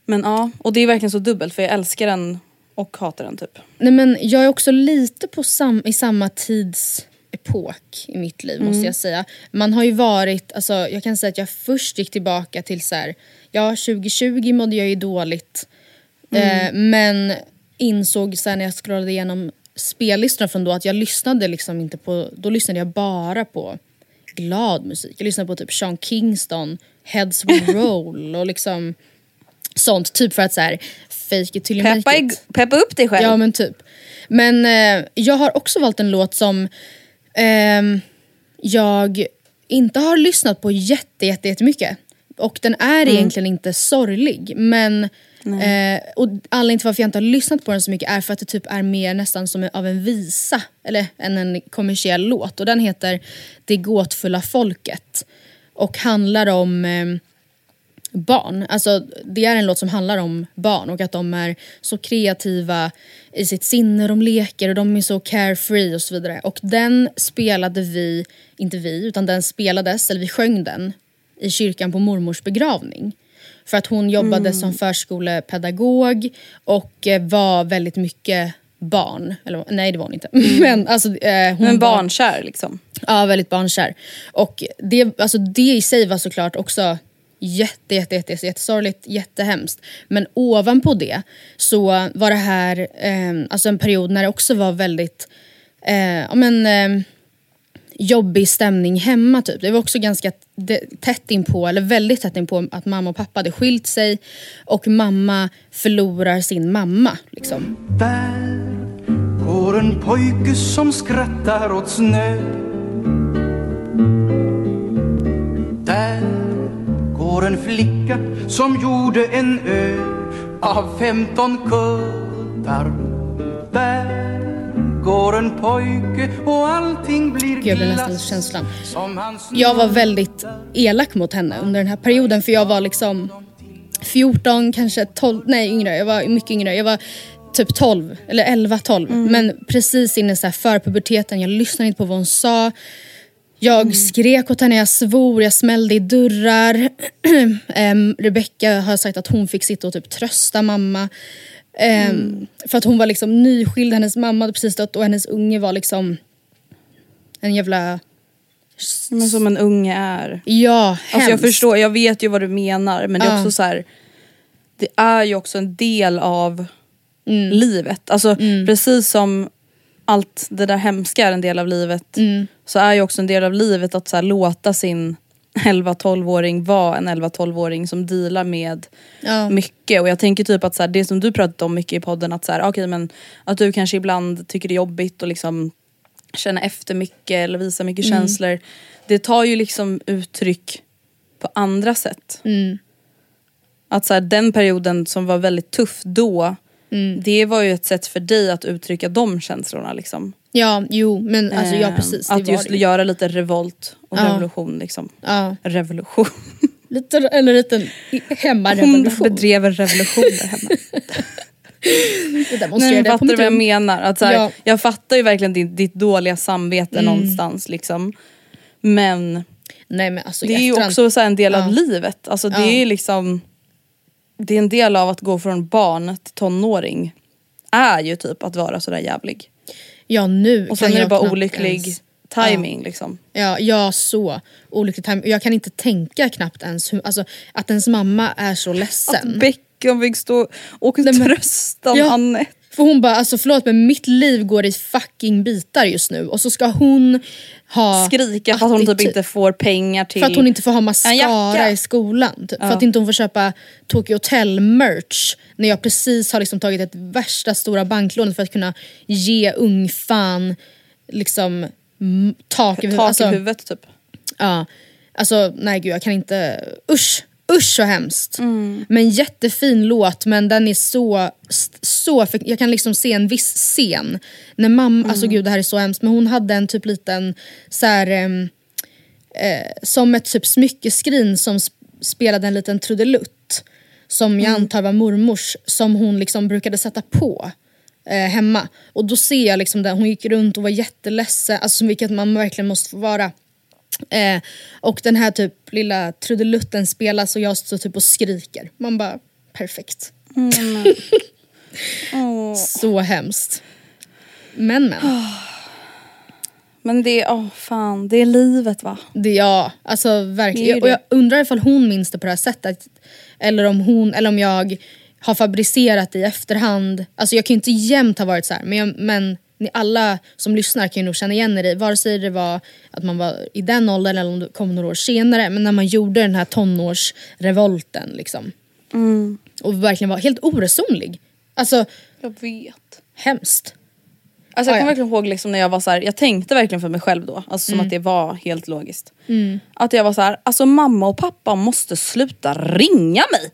Men ja, och det är verkligen så dubbelt för jag älskar den och hatar den typ. Nej men jag är också lite på sam- i samma tidsepok i mitt liv, mm. måste jag säga. Man har ju varit, alltså jag kan säga att jag först gick tillbaka till så här, ja tjugo tjugo mådde jag ju dåligt. Mm. Eh, men insåg sen när jag scrollade igenom spellistorna från då att jag lyssnade liksom inte på, då lyssnade jag bara på glad musik. Jag lyssnade på typ Sean Kingston, Heads Will Roll och liksom sånt, typ för att så här fake it till you peppa, make it. Peppa upp dig själv. Ja men typ. Men eh, jag har också valt en låt som eh, jag inte har lyssnat på jätte, jätte, jättemycket. Och den är mm. egentligen inte sorglig. Men eh, och anledningen till varför jag inte har lyssnat på den så mycket är för att det typ är mer nästan som av en visa. Eller än en kommersiell låt. Och den heter Det gåtfulla folket. Och handlar om eh, barn. Alltså det är en låt som handlar om barn. Och att de är så kreativa i sitt sinne. De leker och de är så carefree och så vidare. Och den spelade vi, inte vi, utan den spelades, eller vi sjöng den i kyrkan på mormors begravning. För att hon jobbade mm. som förskolepedagog och var väldigt mycket barn. Eller nej, det var hon inte. Mm. Men alltså eh, hon Men var barnkär liksom. Ja, väldigt barnkär. Och det, alltså, det i sig var såklart också jätte, jätte, jätte, jättesorgligt, jättehemskt. Men ovanpå det så var det här eh, alltså en period när det också var väldigt eh, ja, men, eh, jobbig stämning hemma typ. Det var också ganska tätt in på, eller väldigt tätt in på att mamma och pappa hade skilt sig och mamma förlorar sin mamma liksom. Där går en pojke som skrattar åt snö. Där går en flicka som gjorde en ö av femton kuddar. Där går en pojke och allting blir glass. Jag blev nästan känslan. Jag var väldigt elak mot henne under den här perioden. För jag var liksom fjorton, kanske tolv, nej yngre. Jag var mycket yngre. Jag var typ tolv, eller elva tolv. Mm. Men precis inne så här för puberteten. Jag lyssnade inte på vad hon sa. Jag mm. skrek åt henne, jag svor, jag smällde i dörrar. um, Rebecca har sagt att hon fick sitta och typ trösta mamma. Um, mm. För att hon var liksom nyskild, hennes mamma hade precis dött och hennes unge var liksom en jävla... Men som en unge är. Ja, hemskt. Alltså jag förstår, jag vet ju vad du menar. Men det är uh. också så här, det är ju också en del av mm. livet. Alltså mm. precis som allt det där hemska är en del av livet. Mm. Så är ju också en del av livet att så här, låta sin elva-tolv-åring vara en elva-tolv-åring som dealar med ja. mycket. Och jag tänker typ att så här, det som du pratat om mycket i podden, att så här, okay, men att du kanske ibland tycker det är jobbigt och liksom känna efter mycket eller visa mycket mm. känslor. Det tar ju liksom uttryck på andra sätt. Mm. Att så här, den perioden som var väldigt tuff då, mm. det var ju ett sätt för dig att uttrycka de känslorna liksom. Ja, jo, men alltså ja precis. Att just det. Göra lite revolt och ja. revolution liksom. Ja. Revolution. Lite, eller lite hemmarevolution. Hon bedrev en revolution där hemma. Det demonstrerade Nej, jag fattar du vad jag menar? Att så här, ja. Jag fattar ju verkligen ditt, ditt dåliga samvete mm. någonstans liksom. Men, Nej, men alltså, det är ju också så här en del ja. av livet. Alltså det ja. är liksom, det är en del av att gå från barn till tonåring. Är ju typ att vara sådär jävlig. Ja, nu och sen är det bara olycklig ens... timing ja. liksom. Ja, ja, så olycklig timing. Jag kan inte tänka knappt ens hur, alltså, att ens mamma är så ledsen. Att Becka fick stå och trösta om ja. Anette. För hon bara, alltså förlåt men mitt liv går i fucking bitar just nu. Och så ska hon ha... Skrika för att hon typ inte får pengar till... För att hon inte får ha mascara i skolan. Typ. Ja. För att inte hon får köpa Tokyo Hotel merch. När jag precis har liksom tagit ett värsta stora banklån för att kunna ge ungfan liksom tak över tak alltså, i huvudet typ. Ja, alltså nej gud jag kan inte... Usch! Usch så hemskt. Mm. Men jättefin låt, men den är så så för jag kan liksom se en viss scen när mamma, mm. alltså gud det här är så hemskt, men hon hade en typ liten så här eh, som ett typ smyckeskrin som spelade en liten trudelutt som jag mm. antar var mormors, som hon liksom brukade sätta på eh, hemma. Och då ser jag liksom där hon gick runt och var jätteledsen, alltså vilket man verkligen måste få vara. Eh, och den här typ lilla trudelutten spelas och jag står typ och skriker. Man bara, perfekt. Mm. Oh. Så hemskt. Men men. Oh. Men det är, oh, fan, det är livet va? Det, ja, alltså verkligen. Det Och jag undrar ifall hon minns det på det här sättet. Eller om hon, eller om jag har fabricerat det i efterhand. Alltså jag kan ju inte jämt ha varit så här. Men, jag, men ni alla som lyssnar kan ju nog känna igen er i. Vare sig det var att man var i den åldern eller om det kom några år senare. Men när man gjorde den här tonårsrevolten liksom. Mm. Och verkligen var helt oresonlig. Alltså, jag vet. Hemskt. Alltså jag Ah, kommer ja. verkligen ihåg liksom när jag var så här, jag tänkte verkligen för mig själv då, alltså som Mm. att det var helt logiskt. Mm. Att jag var så här, alltså mamma och pappa måste sluta ringa mig.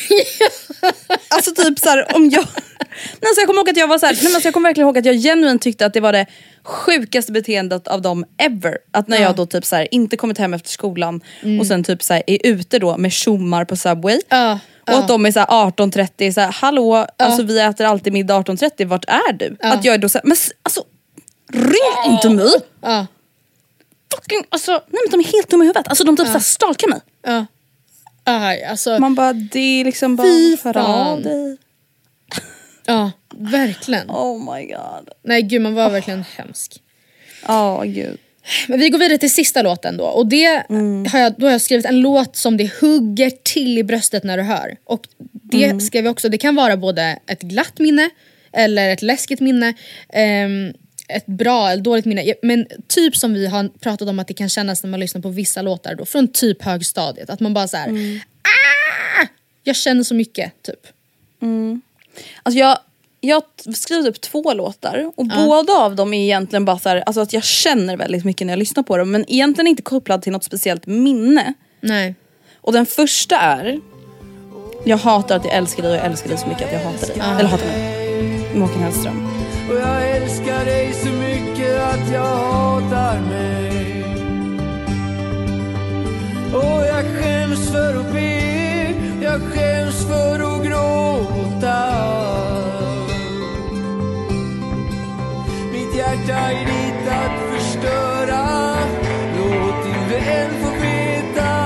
Alltså typ så här, om jag nej, så jag kommer ihåg att jag var så här, nej, men så jag kommer verkligen ihåg att jag genuint tyckte att det var det sjukaste beteendet av dem ever. Att när Ja. jag då typ så här, inte kommit hem efter skolan Mm. och sen typ så här, är ute då med tjommar på Subway. Ja. Och att de är så här arton trettio så här, hallå, alltså vi äter alltid middag arton trettio, vart är du? Ja. Att jag är då så här, men s- alltså ring inte mig! Ja. Fucking, alltså, nej men de är helt dumma i huvudet. Alltså de typ Ja. så här stalkar mig. Ja. Aj, alltså. Man bara, det är liksom bara Fy för fan. av dig. Ja, verkligen. Oh my god. Nej gud, man var verkligen hemsk. Ja, oh, gud. Men vi går vidare till sista låten då. Och det Mm. har jag, då har jag skrivit en låt som det hugger till i bröstet när du hör. Och det Mm. skrev jag också, det kan vara både ett glatt minne eller ett läskigt minne. ehm, ett bra eller dåligt minne. Men typ som vi har pratat om att det kan kännas när man lyssnar på vissa låtar då. Från typ högstadiet. Att man bara så här. Mm. Ah! Jag känner så mycket typ. Mm. Alltså jag, jag har skrivit upp två låtar och Ja. båda av dem är egentligen bara så här, alltså att jag känner väldigt mycket när jag lyssnar på dem, men egentligen inte kopplad till något speciellt minne. Nej. Och den första är jag hatar att jag älskar dig och jag älskar dig så mycket att jag hatar dig. Ja. Eller hatar mig. Mårten Hellström. Och jag älskar dig så mycket att jag hatar mig. Och jag skäms för att be, jag skäms för att gråta. Mitt hjärta är ditt att förstöra. Låt din vän få veta.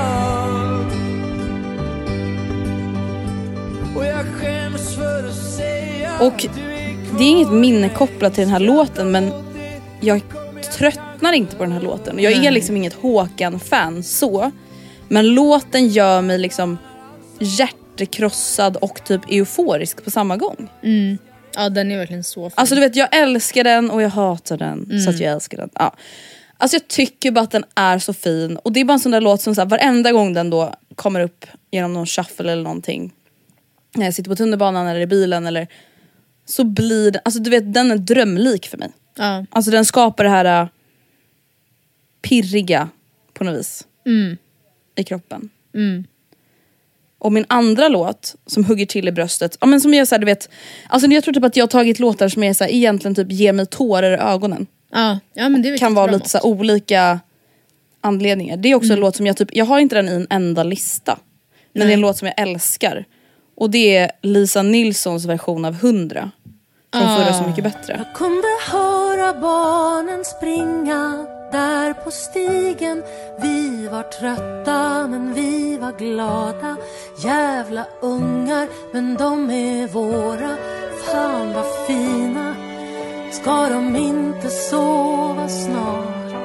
Och jag skäms för att säga. Och det är inget minne kopplat till den här låten, men jag tröttnar inte på den här låten. Jag är Nej. liksom inget Håkan-fan så. Men låten gör mig liksom hjärtekrossad och typ euforisk på samma gång. Mm. Ja, den är verkligen så fin. Alltså du vet, jag älskar den och jag hatar den. Mm. Så att jag älskar den. Ja. Alltså jag tycker bara att den är så fin. Och det är bara en sån där låt som så här, varenda gång den då kommer upp genom någon shuffle eller någonting. När jag sitter på tunnelbanan eller i bilen eller så blir den, alltså du vet, den är drömlik för mig. Ja. Alltså den skapar det här uh, pirriga på något vis Mm. i kroppen. Mm. Och min andra låt som hugger till i bröstet, ja men som jag så här, du vet, alltså jag tror typ att jag har tagit låtar som är så här, egentligen typ ger mig tårar i ögonen. Ja, ja men det är Kan vara bra lite så här, olika anledningar. Det är också Mm. en låt som jag typ, jag har inte den i en enda lista. Men Nej. det är en låt som jag älskar. Och det är Lisa Nilssons version av hundra. Från Ah. förra Så mycket bättre. Jag kunde höra barnen springa där på stigen. Vi var trötta men vi var glada. Jävla ungar men de är våra. Fan vad fina. Ska de inte sova snart?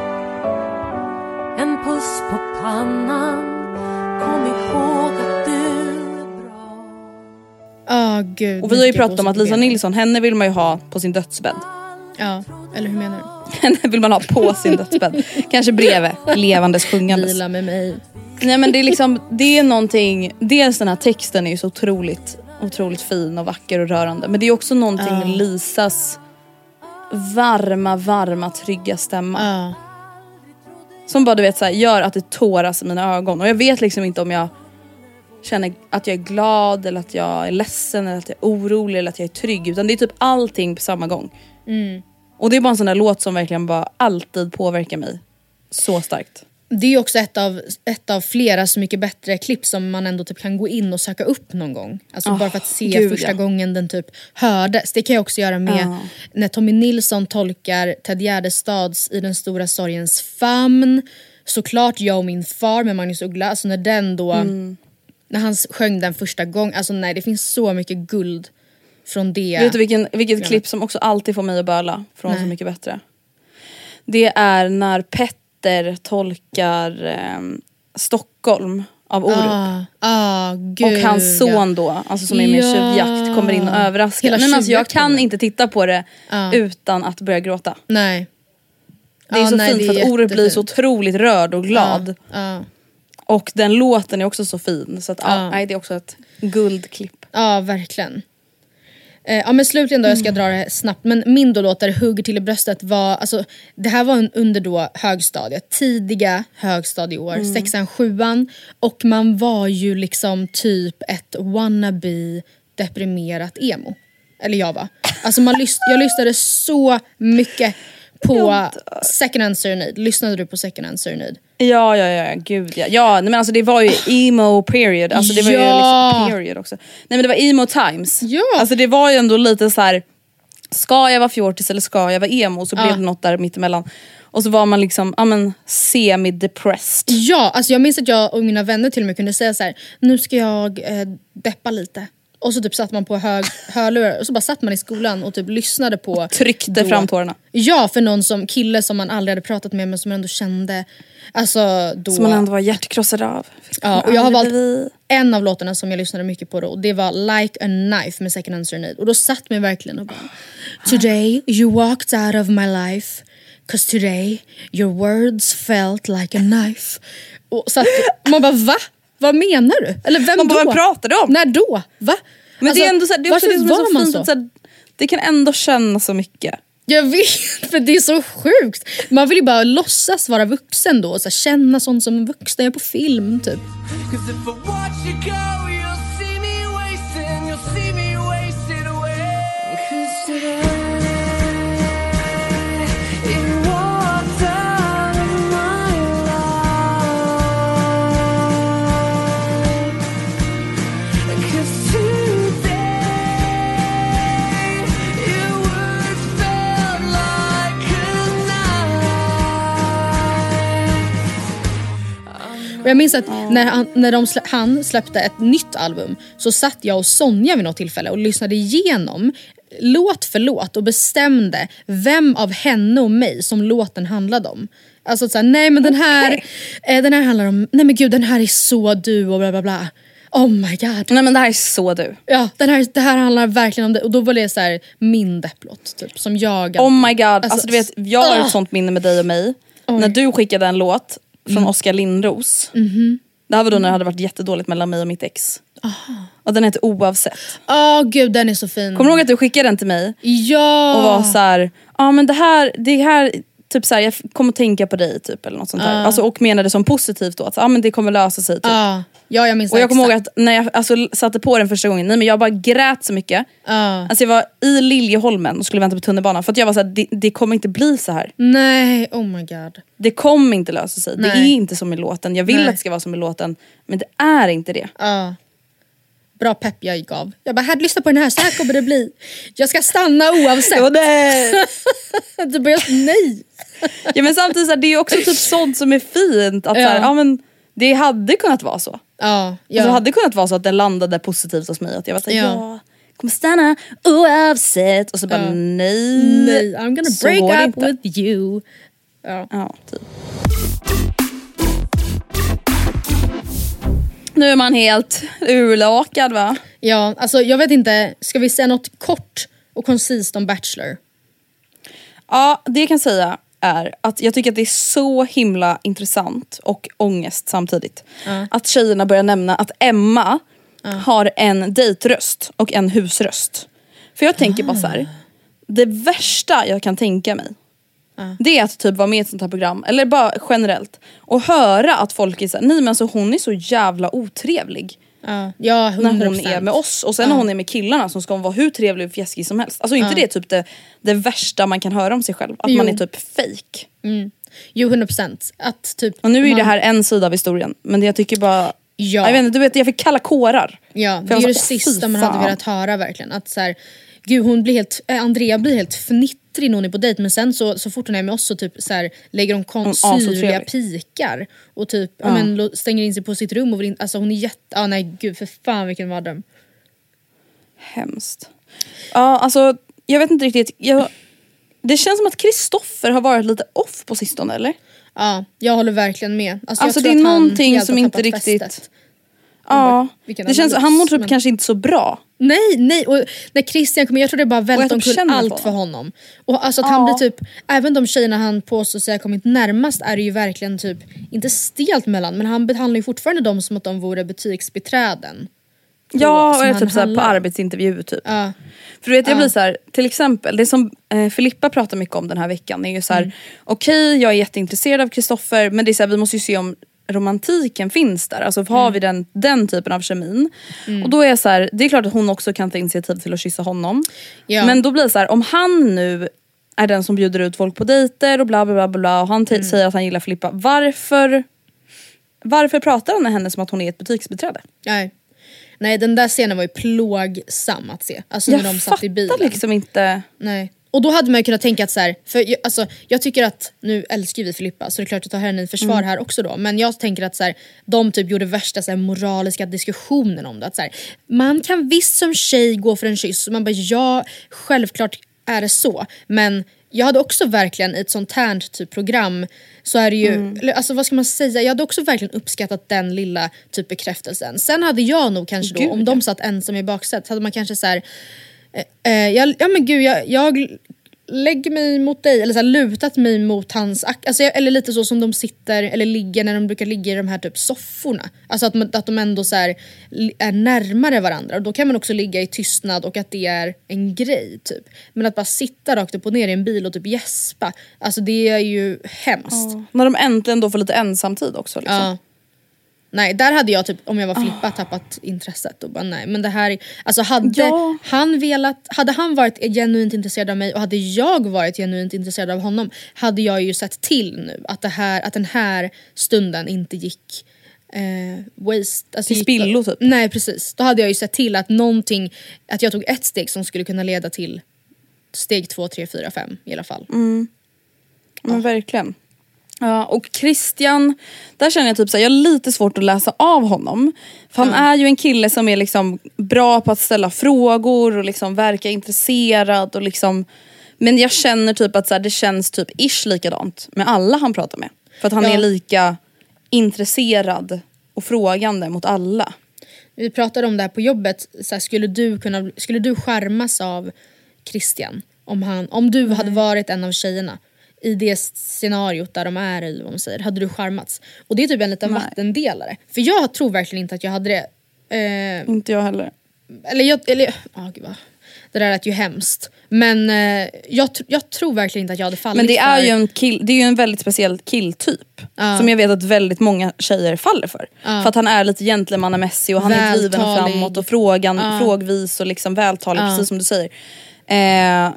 En puss på pannan. Kom ihåg att du är bra. Ah, gud. Och vi har ju mycket pratat om att Lisa gåshud. Nilsson, henne vill man ju ha på sin dödsbädd. Ja, eller hur menar du? Henne vill man ha på sin dödsbädd. Kanske bredvid, levandes sjungandes. Vila med mig. Nej men det är liksom, det är någonting, dels den här texten är ju så otroligt, otroligt fin och vacker och rörande. Men det är också någonting Ja. med Lisas varma, varma, trygga stämma. Ja. Som bara du vet så här, gör att det tåras i mina ögon. Och jag vet liksom inte om jag känner att jag är glad eller att jag är ledsen eller att jag är orolig eller att jag är trygg. Utan det är typ allting på samma gång. Mm. Och det är bara en sån där låt som verkligen bara alltid påverkar mig så starkt. Det är ju också ett av, ett av flera Så mycket bättre klipp som man ändå typ kan gå in och söka upp någon gång. Alltså Oh, bara för att se gud, första ja. gången den typ hördes. Det kan jag också göra med Ja. när Tommy Nilsson tolkar Ted Gärdestads I den stora sorgens famn. Såklart Jag och min far med Magnus Uggla. Alltså när den då Mm. när han sjöng den första gången. Alltså nej, det finns så mycket guld från det. Vet du vilken, vilket klipp som också alltid får mig att böla från nej. Så mycket bättre? Det är när Petter tolkar eh, Stockholm av Orup. Ah, ah, gud, och hans son då, alltså som är med ja. tjuvjakt, kommer in och överraskar. Nej, men alltså, jag kan inte titta på det ah. utan att börja gråta. Nej. Det är ah, så nej, fint för att Orup blir så otroligt rörd och glad. Ah, ah. Och den låten är också så fin. Så att, ah. ah, nej, det är också ett guldklipp. Ja, ah, verkligen. Eh, ja men slutligen då, jag ska dra det snabbt. Men min då låt där hugger till i bröstet var, alltså det här var en, under då högstadiet, tidiga högstadieår, mm. sexan, sjuan. Och man var ju liksom typ ett wannabe deprimerat emo. Eller jag var. Alltså man lys- jag lyssnade så mycket på Second Hand Serenade. Lyssnade du på Second Hand Serenade? Ja, ja, ja, gud ja. Ja, men alltså det var ju emo period. Alltså det var ja. ju liksom period också. Nej men det var emo times. Ja. Alltså det var ju ändå lite så här. Ska jag vara fjortis eller ska jag vara emo? Så ja. blev det något där mittemellan. Och så var man liksom, ja men semi-depressed. Ja, alltså jag minns att jag och mina vänner till och med kunde säga så här: nu ska jag eh, deppa lite. Och så typ satt man på hög hörlurar och så bara satt man i skolan och typ lyssnade på och tryckte då. Fram tårarna. Ja, för någon som kille som man aldrig hade pratat med men som man ändå kände. Alltså då. Som man ändå var hjärtkrossad av. Ja, och jag har valt vi... en av låtarna som jag lyssnade mycket på då. Det var Like a Knife med Second Hand Serenade. Och då satt man verkligen och bara: today you walked out of my life, 'cause today your words felt like a knife. Och satt, man bara va? Vad menar du? Eller vem man då? Vad pratar du om? När då? Va? Men alltså, det är ändå så här, det är också det som är så fint så? Att så här, det kan ändå kännas så mycket. Jag vet, för det är så sjukt. Man vill ju bara låtsas vara vuxen då och så här, känna sånt som vuxna gör på film typ. Och jag minns att när, han, när de slä, han släppte ett nytt album så satt jag och Sonja vid något tillfälle och lyssnade igenom låt för låt och bestämde vem av henne och mig som låten handlade om. Alltså såhär, nej men den här okay. eh, den här handlar om, nej men gud den här är så du och bla bla bla. Oh my god. Nej men det här är så du. Ja, den här, det här handlar verkligen om det. Och då var det så här min depplåt typ, som jag alltid, oh my god, alltså, alltså du vet, jag har uh. ett sånt minne med dig och mig. Oh. När du skickade en låt från mm. Oskar Lindros. Mm-hmm. Det här var då när det hade varit jättedåligt mellan mig och mitt ex. Aha. Och den heter Oavsett. Åh oh, gud, den är så fin. Kommer du ihåg att du skickade den till mig? Ja. Och var så här, ja ah, men det här, det här typ så här, jag kommer att tänka på dig typ eller något sånt där. Uh. Alltså, och menade som positivt då att ja ah, men det kommer lösa sig typ. Uh. Ja, jag minns. Och jag kommer ihåg att när jag alltså, satte på den första gången, nej men jag bara grät så mycket. Uh. Alltså jag var i Liljeholmen och skulle vänta på tunnelbanan för att jag var så här, det, det kommer inte bli så här. Nej, oh my god. Det kommer inte lösa sig. Nej. Det är inte som i låten. Jag vill nej. Att det ska vara som i låten, men det är inte det. Uh. Bra pepp jag gav. Jag bara, här, lyssna på den här, så här kommer det bli. Jag ska stanna oavsett. Oh, nej. Du börjar, nej. Ja men samtidigt så här, det är ju också typ sånt som är fint att ja. Så här, ja men det hade kunnat vara så. Ja, ja. Alltså, det hade kunnat vara så att det landade positivt hos mig. Att jag var såhär, ja. ja, kommer stanna oavsett. Och så bara, ja. nej. Nej, I'm gonna så break up inte. with you. Ja, ja typ. Nu är man helt urlakad va? Ja, alltså jag vet inte. Ska vi säga något kort och koncist om Bachelor? Ja, det kan jag säga är att jag tycker att det är så himla intressant och ångest samtidigt. Uh. Att tjejerna börjar nämna att Emma uh. har en dejtröst och en husröst. För jag tänker uh. bara så här, det värsta jag kan tänka mig uh. det är att typ vara med i ett sånt här program, eller bara generellt, och höra att folk är såhär, nej men alltså hon är så jävla otrevlig. Uh, ja, hundra procent. När hon är med oss. Och sen uh. när hon är med killarna som ska hon vara hur trevlig och fjäskig som helst. Alltså inte uh. det är typ det, det värsta man kan höra om sig själv. Att jo. Man är typ fake. Mm. Jo, hundra procent. Att typ och nu är man... det här en sida av historien. Men det jag tycker bara ja. Jag vet inte, du vet, jag fick kalla kårar. Ja, det är ju det sista man hade velat höra verkligen. Att så här, gud hon blir helt, äh, Andrea blir helt fnittrig när hon är på dejt, men sen så, så fort hon är med oss så typ så här, lägger hon konsiliga pikar och typ ja. Ja, men, stänger in sig på sitt rum och vill, alltså hon är jätte, ja ah, nej gud för fan vilken mardröm. Hemskt. Ja alltså jag vet inte riktigt, jag, det känns som att Kristoffer har varit lite off på sistone eller? Ja, jag håller verkligen med. Alltså, alltså det är någonting som inte riktigt fästet. Ja, det känns, han mår typ men... kanske inte så bra. Nej, nej, och när Christian kommer, jag tror det bara välter omkull allt för honom. Och alltså att ja. han blir typ, även de tjejerna han påstår sig ha kommit närmast är det ju verkligen typ, inte stelt mellan, men han behandlar ju fortfarande dem som att de vore butiksbeträden. Ja, och jag typ såhär på arbetsintervju typ. Ja. För du vet, jag ja. blir så här, till exempel, det som eh, Filippa pratar mycket om den här veckan är ju så här, mm. okej, okay, jag är jätteintresserad av Kristoffer, men det är så här, vi måste ju se om romantiken finns där. Alltså har mm. vi den, den typen av kemin. Mm. Och då är jag så här, det är klart att hon också kan ta initiativ till att kyssa honom. Ja. Men då blir det så här, om han nu är den som bjuder ut folk på dejter och bla bla bla bla och han t- mm. säger att han gillar Filippa, varför varför pratar han med henne som att hon är ett butiksbeträde? Nej. Nej, den där scenen var ju plågsam att se. Alltså jag när de satt i bilen. Jag liksom inte. Nej. Och då hade man ju kunnat tänka att så här, för jag, alltså, jag tycker att, nu älskar vi Filippa så det är klart att ta henne i försvar mm. här också då. Men jag tänker att så här, de typ gjorde värsta så här, moraliska diskussionen om det. Att så här, man kan visst som tjej gå för en kyss. Och man bara, ja, självklart är det så. Men jag hade också verkligen i ett sånt här typ program så är det ju, mm. alltså vad ska man säga, jag hade också verkligen uppskattat den lilla typ bekräftelsen. Sen hade jag nog kanske då, gud, om de satt ensam i baksätet, hade man kanske så här, eh, eh, jag, ja men gud, jag, jag lägger mig mot dig, eller så här, lutat mig mot hans, alltså, eller lite så som de sitter eller ligger när de brukar ligga i de här typ sofforna. Alltså att, man, att de ändå så här, är närmare varandra, och då kan man också ligga i tystnad och att det är en grej typ. Men att bara sitta rakt upp och ner i en bil och typ gäspa, alltså det är ju hemskt. Oh. När de äntligen då får lite ensamtid också liksom. Ja. Nej, där hade jag typ, om jag var Filippa, oh. tappat intresset och bara nej, men det här, alltså hade ja. han velat, hade han varit genuint intresserad av mig och hade jag varit genuint intresserad av honom, hade jag ju sett till nu att det här, att den här stunden inte gick eh, waste, alltså till spillo typ. Nej, precis. Då hade jag ju sett till att någonting, att jag tog ett steg som skulle kunna leda till steg två, tre, fyra, fem i alla fall. Mm. Men ja. verkligen. Ja, och Christian, där känner jag typ så här, jag har lite svårt att läsa av honom. För han mm. är ju en kille som är liksom bra på att ställa frågor och liksom verka intresserad och liksom, men jag känner typ att så här, det känns typ ish likadant med alla han pratar med. För att han ja. är lika intresserad och frågande mot alla. Vi pratade om det här på jobbet, så här, skulle du kunna, skulle du skärmas av Christian om han, om du Nej. hade varit en av tjejerna i det scenariot där de är, eller vad man säger, hade du charmats? Och det är typ en liten Nej. vattendelare. För jag tror verkligen inte att jag hade det. Eh, inte jag heller. Eller jag, eller, oh, gud, det där är ju hemskt. Men eh, jag, jag tror verkligen inte att jag hade fallit. Men det är för... ju en kill, det är ju en väldigt speciell killtyp. Uh. Som jag vet att väldigt många tjejer faller för. Uh. För att han är lite gentlemannamässig och han vältalig. Är driven och framåt och frågan, uh. frågvis och liksom vältalig, uh. precis som du säger. Eh,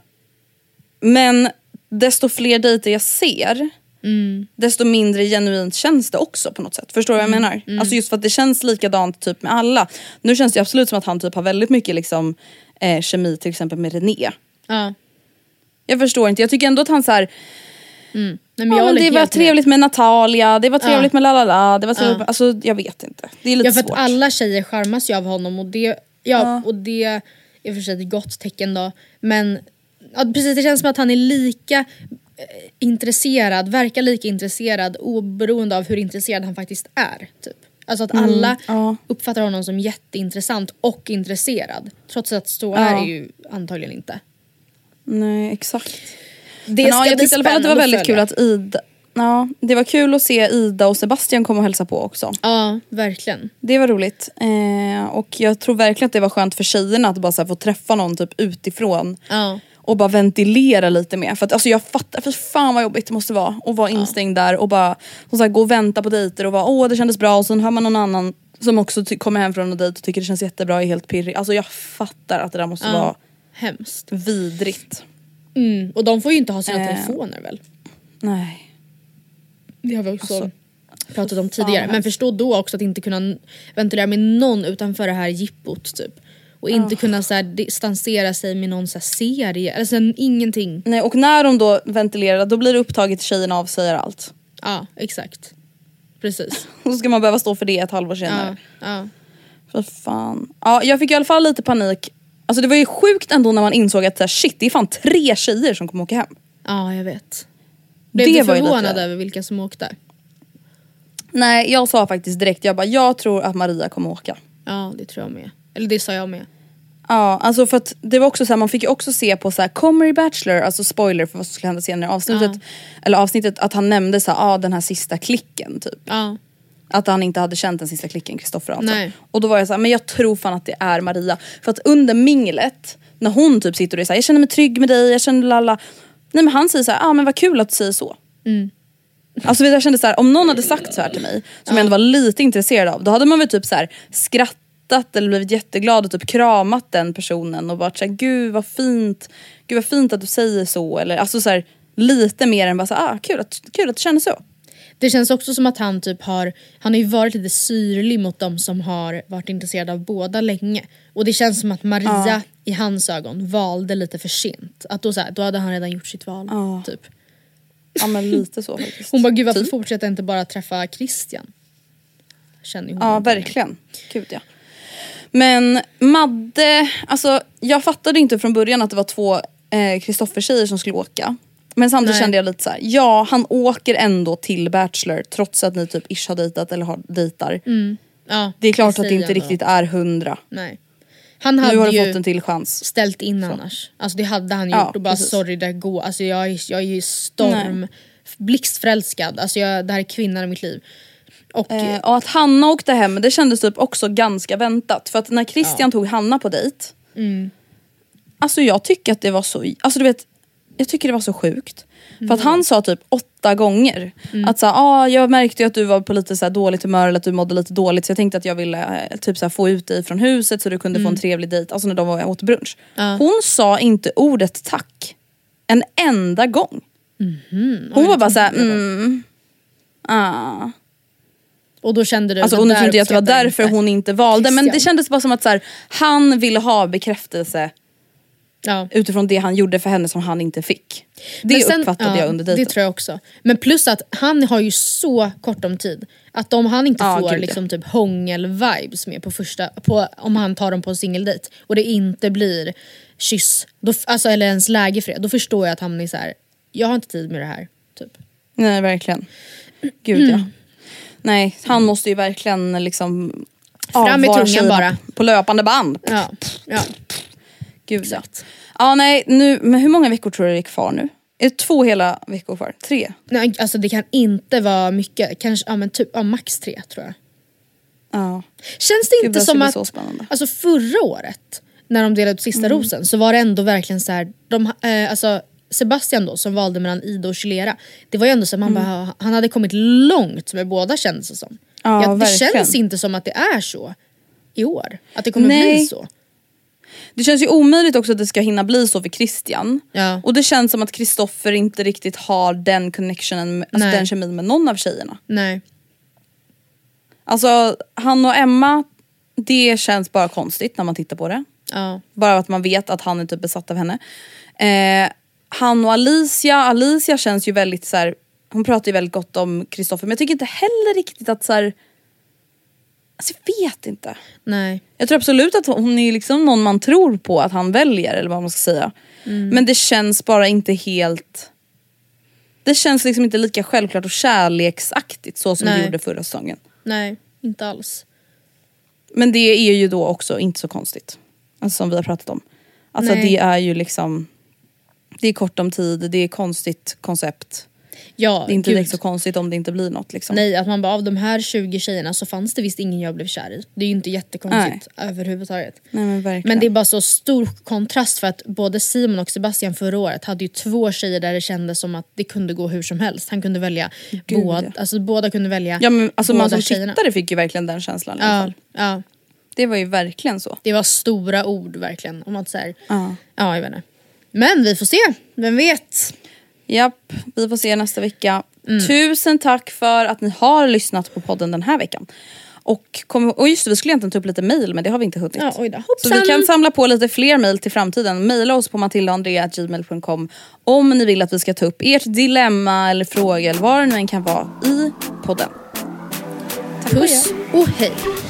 men desto fler dejter jag ser, mm. desto mindre genuint känns det också på något sätt. Förstår du mm. vad jag menar? Mm. Alltså just för att det känns likadant typ med alla. Nu känns det absolut som att han typ har väldigt mycket liksom, eh, kemi till exempel med René. Ja. Jag förstår inte. Jag tycker ändå att han så här. Mm. Nej, men ja, jag men det var trevligt med Natalia, det var trevligt ja. med lalala, det var trevligt ja. med, alltså jag vet inte. Det är lite ja, för svårt. Att alla tjejer charmas ju av honom och det, ja, ja. och det är för sig ett gott tecken då. Men ja, precis, det känns som att han är lika eh, intresserad, verkar lika intresserad oberoende av hur intresserad han faktiskt är typ. Alltså att alla mm, ja. uppfattar honom som jätteintressant och intresserad. Trots att så ja. är det ju antagligen inte. Nej, exakt. Det Men, ska ja, jag tyckte i alla fall att det var väldigt följa. kul att Ida, ja, det var kul att se Ida och Sebastian komma och hälsa på också. Ja, verkligen. Det var roligt. Eh, och jag tror verkligen att det var skönt för tjejerna att bara så här, få träffa någon typ utifrån. Ja. Och bara ventilera lite mer. För att alltså, jag fattar, för fan vad jobbigt det måste vara att vara instängd ja. där och bara och så här, gå och vänta på dejter och vara åh det kändes bra, och sen hör man någon annan som också ty- kommer hem från en dejt och tycker det känns jättebra, är helt pirrig. Alltså jag fattar att det där måste ja. vara hemskt. Vidrigt. Mm. Och de får ju inte ha sina eh. telefoner väl? Nej. Det har vi också alltså, pratat om tidigare. Men förstå då också att inte kunna ventilera med någon utanför det här jippot typ. Och inte oh. kunna så här, distansera sig med någon så här, serie. Alltså ingenting. Nej, och när de då ventilerar, då blir det upptaget till tjejerna avsäger allt. Ja, exakt. Precis. Och så ska man behöva stå för det ett halvår senare. Ja, ja. För fan. Ja, jag fick i alla fall lite panik. Alltså det var ju sjukt ändå när man insåg att shit, det är fan tre tjejer som kommer åka hem. Ja, jag vet. Blev det du förvånad lite... över vilka som åkte? Nej, jag sa faktiskt direkt, jag bara, jag tror att Maria kommer åka. Ja, det tror jag med. Eller det sa jag med. Ja, alltså för att det var också så här, man fick ju också se på så här, kommer i Bachelor, alltså spoiler för vad som skulle hända senare i avsnittet, ja. Eller avsnittet, att han nämnde så här, ah, den här sista klicken typ. Ja. Att han inte hade känt den sista klicken, Kristoffer alltså. Nej. Och då var jag så här, men jag tror fan att det är Maria. För att under minglet, när hon typ sitter och är så här, jag känner mig trygg med dig, jag känner lalla. Nej, men han säger så här, ah men vad kul att du säger så. Mm. Alltså jag kände så här, om någon hade sagt så här till mig, som ja. jag ändå var lite intresserad av, då hade man väl typ så här skrattat eller blivit jätteglad och typ kramat den personen och bara så här, gud vad fint, gud vad fint att du säger så, eller alltså så här, lite mer än bara så här, ah kul att, kul att du känner så. Det känns också som att han typ har, han har ju varit lite syrlig mot dem som har varit intresserade av båda länge. Och det känns som att Maria ja. i hans ögon valde lite för sent. Att då, så här, då hade han redan gjort sitt val ja. typ. Ja, men lite så faktiskt. Hon bara, gud varför typ. fortsätter inte bara träffa Christian? Känner hon. Ja, verkligen. Gud ja. Men Madde, alltså jag fattade inte från början att det var två Kristoffer-tjejer eh, som skulle åka. Men samtidigt Nej. kände jag lite så här, ja han åker ändå till Bachelor trots att ni typ ish har dejtat eller har dejtar. Mm. Ja, det är klart att det inte ändå. riktigt är hundra. Nej. Han hade nu har du ju fått en till chans. Ställt in så. annars. Alltså det hade han gjort ja, och bara precis. sorry det går. Alltså jag är, jag är storm Nej. blixtförälskad. Alltså jag, det här är kvinnan i mitt liv. Och, eh, och att Hanna åkte hem, det kändes typ också ganska väntat. För att när Christian ja. tog Hanna på dejt. Mm. Alltså jag tycker att det var så, alltså du vet, jag tycker det var så sjukt. Mm. För att han sa typ åtta gånger mm. att så här, ah, jag märkte ju att du var på lite så här dåligt humör eller att du mådde lite dåligt, så jag tänkte att jag ville typ så här, få ut dig från huset så du kunde mm. få en trevlig dejt. Alltså när de var åt brunch. Uh. Hon sa inte ordet tack en enda gång. Mm-hmm. Hon var bara så här, mm, ah. Och då kände du alltså, och nu tror inte jag att det var därför inte. hon inte valde Christian. Men det kändes bara som att så här, han ville ha bekräftelse. Ja. Utifrån det han gjorde för henne som han inte fick. Det sen, uppfattade ja, jag under dejten. Det tror jag också. Men plus att han har ju så kort om tid. Att om han inte ja, får liksom typ hångel-vibes med på första, på, om han tar dem på en singeldejt och det inte blir kyss, då, alltså, eller ens läge för det, då förstår jag att han är så här, jag har inte tid med det här. Typ. Nej, verkligen. Gud mm. ja. Nej, han måste ju verkligen liksom fram med tungan bara. På löpande band. Ja, ja. Gud ja. Ja nej, nu, men hur många veckor tror du det är kvar nu? Är det två hela veckor kvar? Tre? Nej, alltså det kan inte vara mycket. Kanske, ja men typ, ja, max tre tror jag. Ja. Känns det inte Gud, som att, alltså förra året, när de delade ut sista mm. rosen, så var det ändå verkligen så här, de, eh, alltså Sebastian då, som valde mellan Ida och Chilera, det var ju ändå så att man mm. bara, han hade kommit långt med båda kändes det som. Ja, ja, det verkligen. Känns inte som att det är så i år. Att det kommer Nej. bli så. Det känns ju omöjligt också att det ska hinna bli så för Christian. Ja. Och det känns som att Kristoffer inte riktigt har den connectionen, alltså den kemin med någon av tjejerna. Nej. Alltså han och Emma, det känns bara konstigt när man tittar på det. Ja. Bara att man vet att han är typ besatt av henne. Eh, han och Alicia, Alicia känns ju väldigt så här, hon pratar ju väldigt gott om Kristoffer, men jag tycker inte heller riktigt att så här, alltså jag vet inte. Nej. Jag tror absolut att hon är liksom någon man tror på att han väljer, eller vad man ska säga. Mm. Men det känns bara inte helt, det känns liksom inte lika självklart och kärleksaktigt så som Nej. det gjorde förra säsongen. Nej, inte alls. Men det är ju då också inte så konstigt. Alltså som vi har pratat om. Alltså Nej. det är ju liksom, det är kort om tid, det är konstigt koncept. Ja, det är inte gud. direkt så konstigt om det inte blir något liksom. Nej, att man bara, av de här tjugo tjejerna så fanns det visst ingen jag blev kär i. Det är ju inte jättekonstigt Nej. överhuvudtaget. Nej, men verkligen. Men det är bara så stor kontrast, för att både Simon och Sebastian förra året hade ju två tjejer där det kändes som att det kunde gå hur som helst. Han kunde välja Gud, båda, ja. alltså båda kunde välja. Ja, men alltså man som tjejerna. tittare fick ju verkligen den känslan i ja, alla fall. Ja. Det var ju verkligen så. Det var stora ord verkligen om att så här, ja. ja, jag vet inte. Men vi får se, vem vet. Japp, vi får se nästa vecka. Mm. Tusen tack för att ni har lyssnat på podden den här veckan. Och, kom, och just det, vi skulle egentligen ta upp lite mejl, men det har vi inte hunnit. Ja, oj då. Så vi kan samla på lite fler mejl till framtiden. Mejla oss på matildaandrea at gmail dot com om ni vill att vi ska ta upp ert dilemma eller fråga eller vad det än kan vara i podden. Tack. Puss och hej.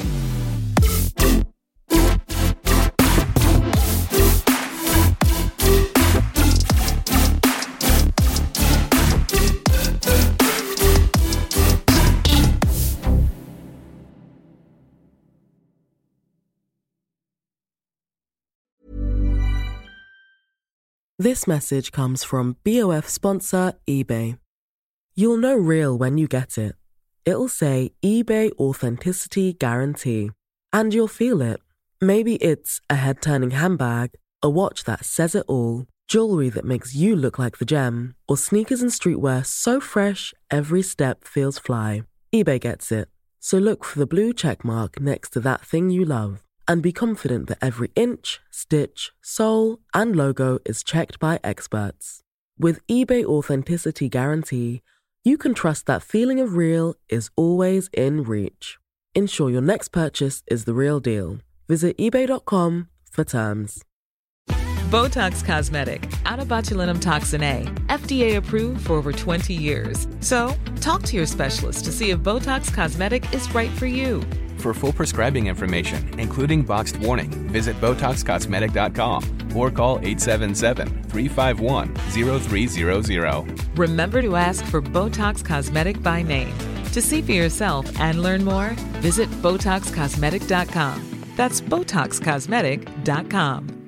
This message comes from B O F sponsor eBay. You'll know real when you get it. It'll say eBay Authenticity Guarantee. And you'll feel it. Maybe it's a head-turning handbag, a watch that says it all, jewelry that makes you look like the gem, or sneakers and streetwear so fresh every step feels fly. eBay gets it. So look for the blue check mark next to that thing you love. And be confident that every inch, stitch, sole, and logo is checked by experts. With eBay Authenticity Guarantee, you can trust that feeling of real is always in reach. Ensure your next purchase is the real deal. Visit ebay dot com for terms. Botox Cosmetic, out of botulinum toxin A, F D A approved for over twenty years. So, talk to your specialist to see if Botox Cosmetic is right for you. For full prescribing information, including boxed warning, visit botox cosmetic dot com or call eight seven seven, three five one, zero three zero zero. Remember to ask for Botox Cosmetic by name. To see for yourself and learn more, visit botox cosmetic dot com. That's botox cosmetic dot com.